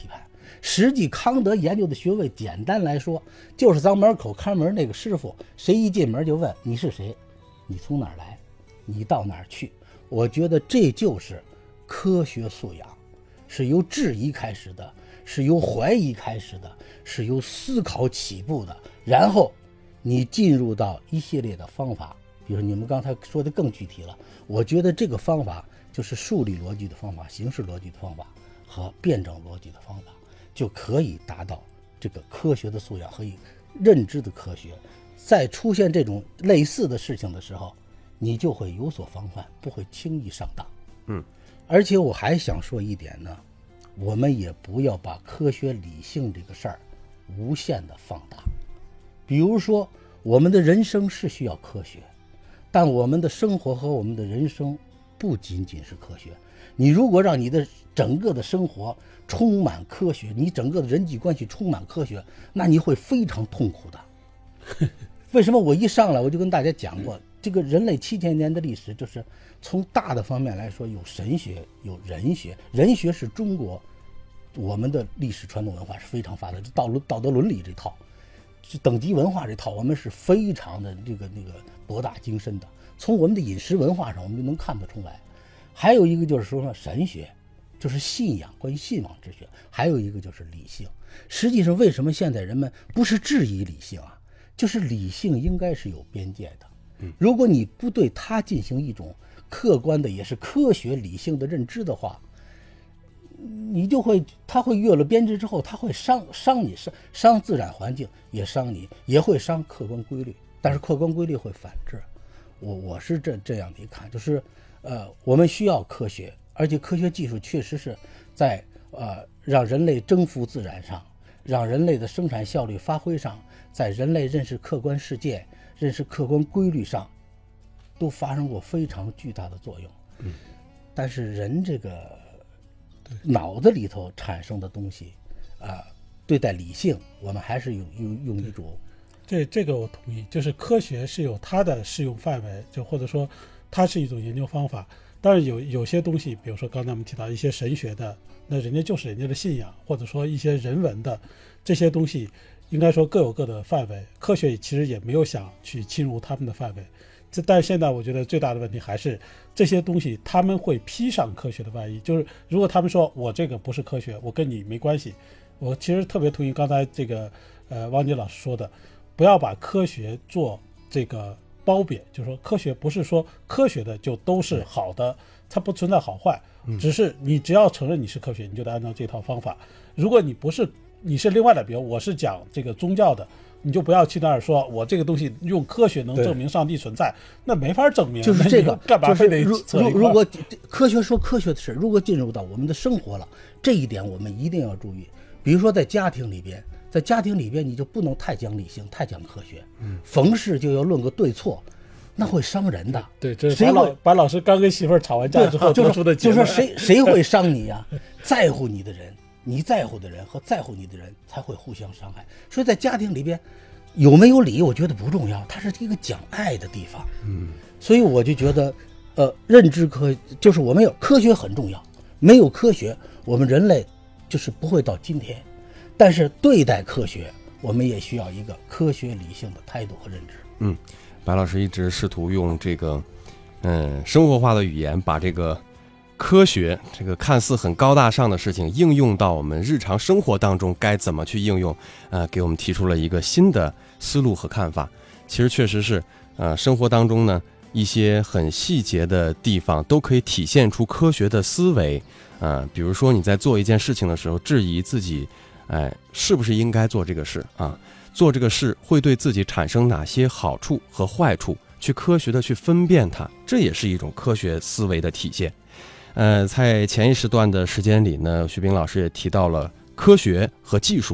实际康德研究的学位，简单来说，就是咱门口看门那个师傅，谁一进门就问你是谁，你从哪儿来，你到哪儿去。我觉得这就是科学素养，是由质疑开始的，是由怀疑开始的，是由思考起步的，然后你进入到一系列的方法。比如你们刚才说的更具体了，我觉得这个方法就是数理逻辑的方法、形式逻辑的方法和辩证逻辑的方法，就可以达到这个科学的素养和认知的科学。在出现这种类似的事情的时候，你就会有所防范，不会轻易上当。而且我还想说一点呢，我们也不要把科学理性这个事儿无限的放大。比如说，我们的人生是需要科学，但我们的生活和我们的人生不仅仅是科学。你如果让你的整个的生活充满科学，你整个的人际关系充满科学，那你会非常痛苦的。为什么我一上来我就跟大家讲过，这个人类7000年的历史，就是从大的方面来说，有神学，有人学。人学是中国我们的历史传统文化是非常发达的，道德伦理这套，等级文化这套，我们是非常的那个博大精深的。从我们的饮食文化上，我们就能看得出来。还有一个就是说神学，就是信仰，关于信仰之学。还有一个就是理性。实际上，为什么现在人们不是质疑理性啊？就是理性应该是有边界的。如果你不对它进行一种客观的，也是科学理性的认知的话，你就会，它会越了边界之后，它会伤你，伤自然环境，也伤你，也会伤客观规律。但是客观规律会反制。我是这样的一看，就是我们需要科学，而且科学技术确实是在让人类征服自然上，让人类的生产效率发挥上，在人类认识客观世界、认识客观规律上，都发生过非常巨大的作用。但是人这个脑子里头产生的东西对待理性，我们还是用一种。 这个我同意，就是科学是有它的适用范围，就或者说它是一种研究方法。当然有些东西，比如说刚才我们提到一些神学的，那人家就是人家的信仰，或者说一些人文的这些东西，应该说各有各的范围。科学其实也没有想去侵入他们的范围。但是现在我觉得最大的问题还是这些东西他们会披上科学的外衣，就是如果他们说我这个不是科学，我跟你没关系。我其实特别同意刚才这个汪杰老师说的，不要把科学做这个褒贬，就是说科学不是说科学的就都是好的，它不存在好坏，只是你只要承认你是科学，你就得按照这套方法。如果你不是，你是另外的，比如我是讲这个宗教的，你就不要去那儿说我这个东西用科学能证明上帝存在，那没法证明。 就是这个干嘛非得如果科学说科学的事，如果进入到我们的生活了，这一点我们一定要注意。比如说在家庭里边，你就不能太讲理性，太讲科学，逢事就要论个对错，那会伤人的。 对，这是把老师刚跟媳妇儿吵完架之后得出的结论。 就说谁会伤你呀？在乎你的人，你在乎的人和在乎你的人才会互相伤害。所以在家庭里边有没有理，我觉得不重要，它是一个讲爱的地方。所以我就觉得，认知就是我们有科学很重要，没有科学，我们人类就是不会到今天。但是对待科学，我们也需要一个科学理性的态度和认知。 白老师一直试图用这个生活化的语言，把这个科学这个看似很高大上的事情应用到我们日常生活当中，该怎么去应用，给我们提出了一个新的思路和看法。其实确实是生活当中呢一些很细节的地方都可以体现出科学的思维。比如说你在做一件事情的时候，质疑自己是不是应该做这个事啊？做这个事会对自己产生哪些好处和坏处？去科学的去分辨它，这也是一种科学思维的体现。在前一时段的时间里呢，徐冰老师也提到了科学和技术。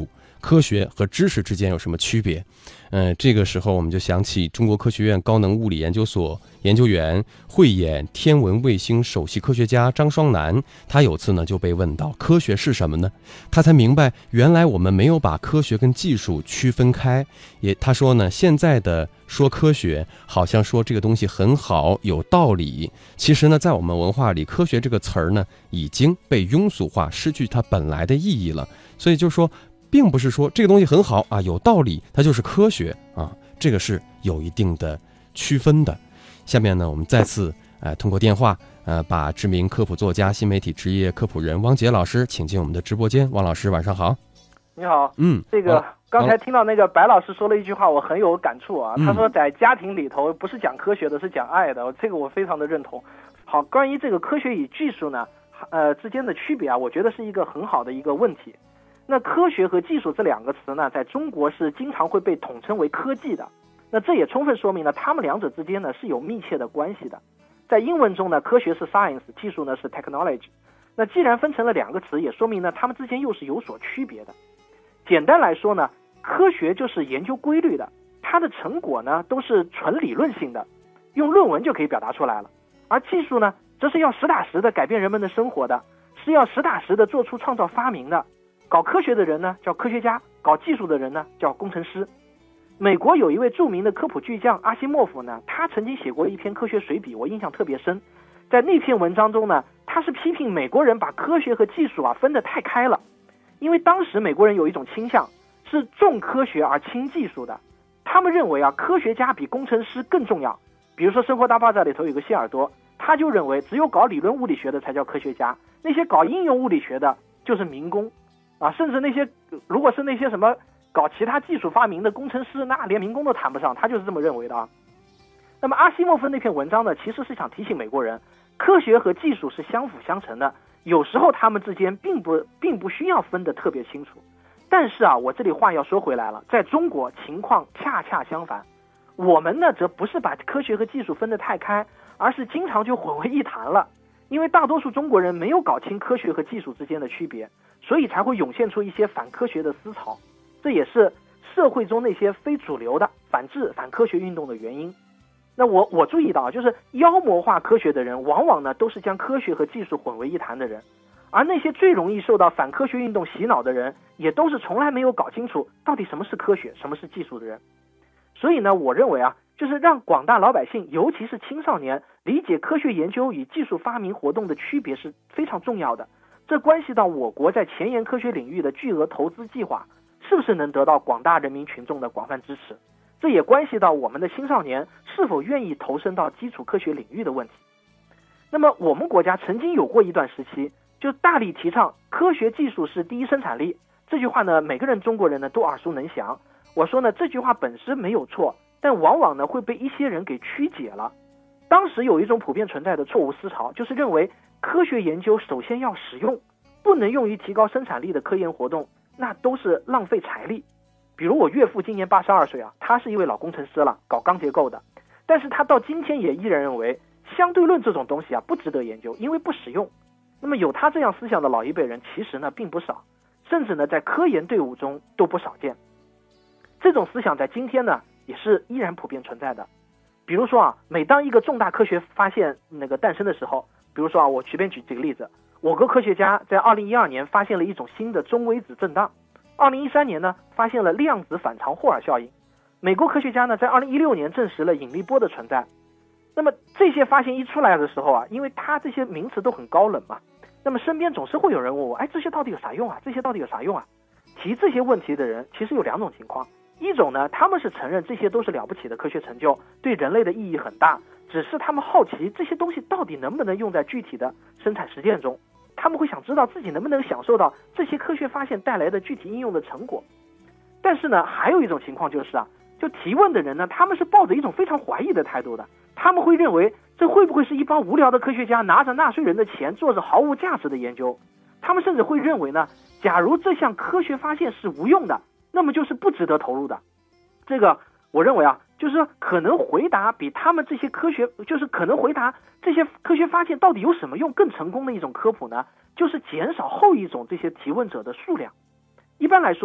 科学和知识之间有什么区别？这个时候我们就想起中国科学院高能物理研究所研究员、慧眼天文卫星首席科学家张双楠，他有次呢就被问到科学是什么呢？他才明白原来我们没有把科学跟技术区分开。他说呢，现在的说科学好像说这个东西很好有道理，其实呢在我们文化里，科学这个词儿呢已经被庸俗化，失去它本来的意义了。所以就说并不是说这个东西很好啊，有道理，它就是科学啊，这个是有一定的区分的。下面呢，我们再次通过电话把知名科普作家、新媒体职业科普人汪杰老师请进我们的直播间。汪老师，晚上好。 你好。这个刚才听到那个白老师说了一句话，我很有感触啊。他说在家庭里头不是讲科学的，是讲爱的，这个我非常的认同。好，关于这个科学与技术呢，之间的区别啊，我觉得是一个很好的一个问题。那科学和技术这两个词呢，在中国是经常会被统称为科技的。那这也充分说明了他们两者之间呢是有密切的关系的。在英文中呢，科学是 science， 技术呢是 technology。那既然分成了两个词，也说明呢它们之间又是有所区别的。简单来说呢，科学就是研究规律的，它的成果呢都是纯理论性的，用论文就可以表达出来了。而技术呢，则是要实打实的改变人们的生活的，是要实打实的做出创造发明的。搞科学的人呢叫科学家，搞技术的人呢叫工程师。美国有一位著名的科普巨匠阿西莫夫呢，他曾经写过一篇科学随笔，我印象特别深。在那篇文章中呢，他是批评美国人把科学和技术分得太开了。因为当时美国人有一种倾向，是重科学而轻技术的。他们认为科学家比工程师更重要。比如说《生活大爆炸》里头有个谢耳朵，他就认为只有搞理论物理学的才叫科学家，那些搞应用物理学的就是民工甚至那些如果是那些什么搞其他技术发明的工程师，那连民工都谈不上，他就是这么认为的那么阿西莫夫那篇文章呢，其实是想提醒美国人，科学和技术是相辅相成的，有时候他们之间并不需要分得特别清楚。但是我这里话要说回来了，在中国情况恰恰相反，我们呢则不是把科学和技术分得太开，而是经常就混为一谈了。因为大多数中国人没有搞清科学和技术之间的区别，所以才会涌现出一些反科学的思潮，这也是社会中那些非主流的反智反科学运动的原因。那我注意到就是妖魔化科学的人往往呢都是将科学和技术混为一谈的人，而那些最容易受到反科学运动洗脑的人，也都是从来没有搞清楚到底什么是科学什么是技术的人。所以呢，我认为就是让广大老百姓，尤其是青少年，理解科学研究与技术发明活动的区别是非常重要的。这关系到我国在前沿科学领域的巨额投资计划是不是能得到广大人民群众的广泛支持，这也关系到我们的青少年是否愿意投身到基础科学领域的问题。那么我们国家曾经有过一段时期，就大力提倡科学技术是第一生产力，这句话呢每个人中国人呢都耳熟能详。我说呢，这句话本身没有错，但往往呢会被一些人给曲解了。当时有一种普遍存在的错误思潮，就是认为科学研究首先要实用，不能用于提高生产力的科研活动那都是浪费财力。比如我岳父今年82岁他是一位老工程师了，搞钢结构的，但是他到今天也依然认为相对论这种东西不值得研究，因为不实用。那么有他这样思想的老一辈人其实呢并不少，甚至呢在科研队伍中都不少见。这种思想在今天呢也是依然普遍存在的。比如说每当一个重大科学发现诞生的时候，比如说我随便举几个例子，我国科学家在2012年发现了一种新的中微子震荡，2013年呢发现了量子反常霍尔效应，美国科学家呢在2016年证实了引力波的存在。那么这些发现一出来的时候因为它这些名词都很高冷嘛，那么身边总是会有人问我，这些到底有啥用这些到底有啥用提这些问题的人其实有两种情况，一种呢，他们是承认这些都是了不起的科学成就，对人类的意义很大，只是他们好奇这些东西到底能不能用在具体的生产实践中，他们会想知道自己能不能享受到这些科学发现带来的具体应用的成果。但是呢，还有一种情况就是就提问的人呢，他们是抱着一种非常怀疑的态度的，他们会认为这会不会是一帮无聊的科学家拿着纳税人的钱做着毫无价值的研究，他们甚至会认为呢，假如这项科学发现是无用的，那么就是不值得投入的。这个我认为就是可能回答比他们这些可能回答这些科学发现到底有什么用更成功的一种科普呢，就是减少后一种这些提问者的数量。一般来说呢，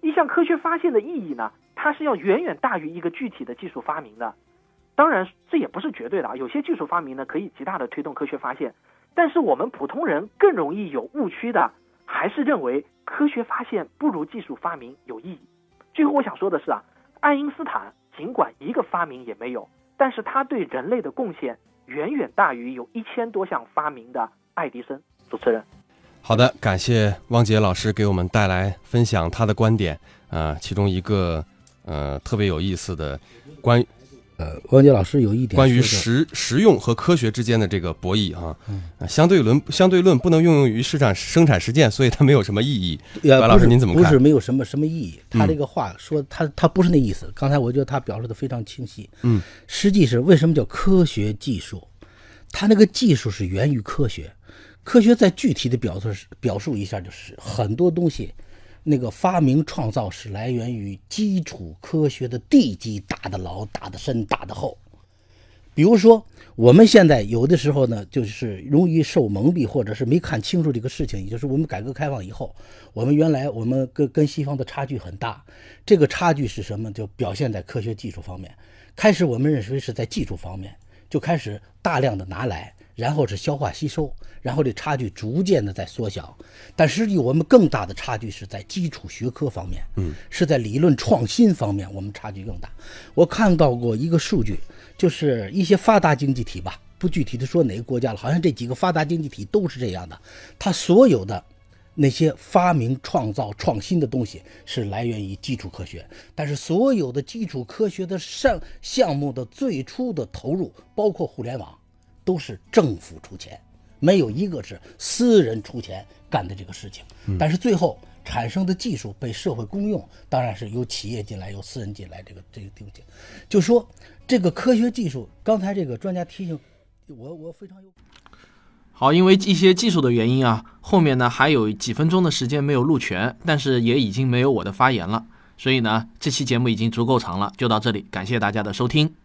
一项科学发现的意义呢，它是要远远大于一个具体的技术发明的。当然这也不是绝对的，有些技术发明呢可以极大的推动科学发现，但是我们普通人更容易有误区的还是认为科学发现不如技术发明有意义。最后我想说的是啊，爱因斯坦尽管一个发明也没有，但是他对人类的贡献远远大于有1000多项发明的爱迪生。主持人， 好的，感谢汪杰老师给我们带来分享他的观点其中一个特别有意思的关于汪杰老师有一点关于实用和科学之间的这个博弈相对论不能用于生产实践，所以它没有什么意义。白老师您怎么看？ 不是没有什么意义，他这个话说他不是那意思。刚才我觉得他表述的非常清晰。实际是为什么叫科学技术？它那个技术是源于科学，科学再具体的表述一下，就是很多东西。那个发明创造是来源于基础科学的地基打得牢、打得深、打得厚。比如说我们现在有的时候呢，就是容易受蒙蔽，或者是没看清楚这个事情，也就是我们改革开放以后，我们原来我们跟西方的差距很大，这个差距是什么？就表现在科学技术方面。开始我们认为是在技术方面，就开始大量的拿来，然后是消化吸收，然后这差距逐渐的在缩小。但实际我们更大的差距是在基础学科方面，是在理论创新方面，我们差距更大。我看到过一个数据，就是一些发达经济体吧，不具体的说哪个国家了，好像这几个发达经济体都是这样的，它所有的那些发明创造创新的东西是来源于基础科学，但是所有的基础科学的项目的最初的投入，包括互联网，都是政府出钱，没有一个是私人出钱干的这个事情。但是最后产生的技术被社会公用，当然是由企业进来，由私人进来，这个东西。就说这个科学技术，刚才这个专家提醒我非常有。 好，因为一些技术的原因啊，后面呢还有几分钟的时间没有录全，但是也已经没有我的发言了，所以呢这期节目已经足够长了，就到这里，感谢大家的收听。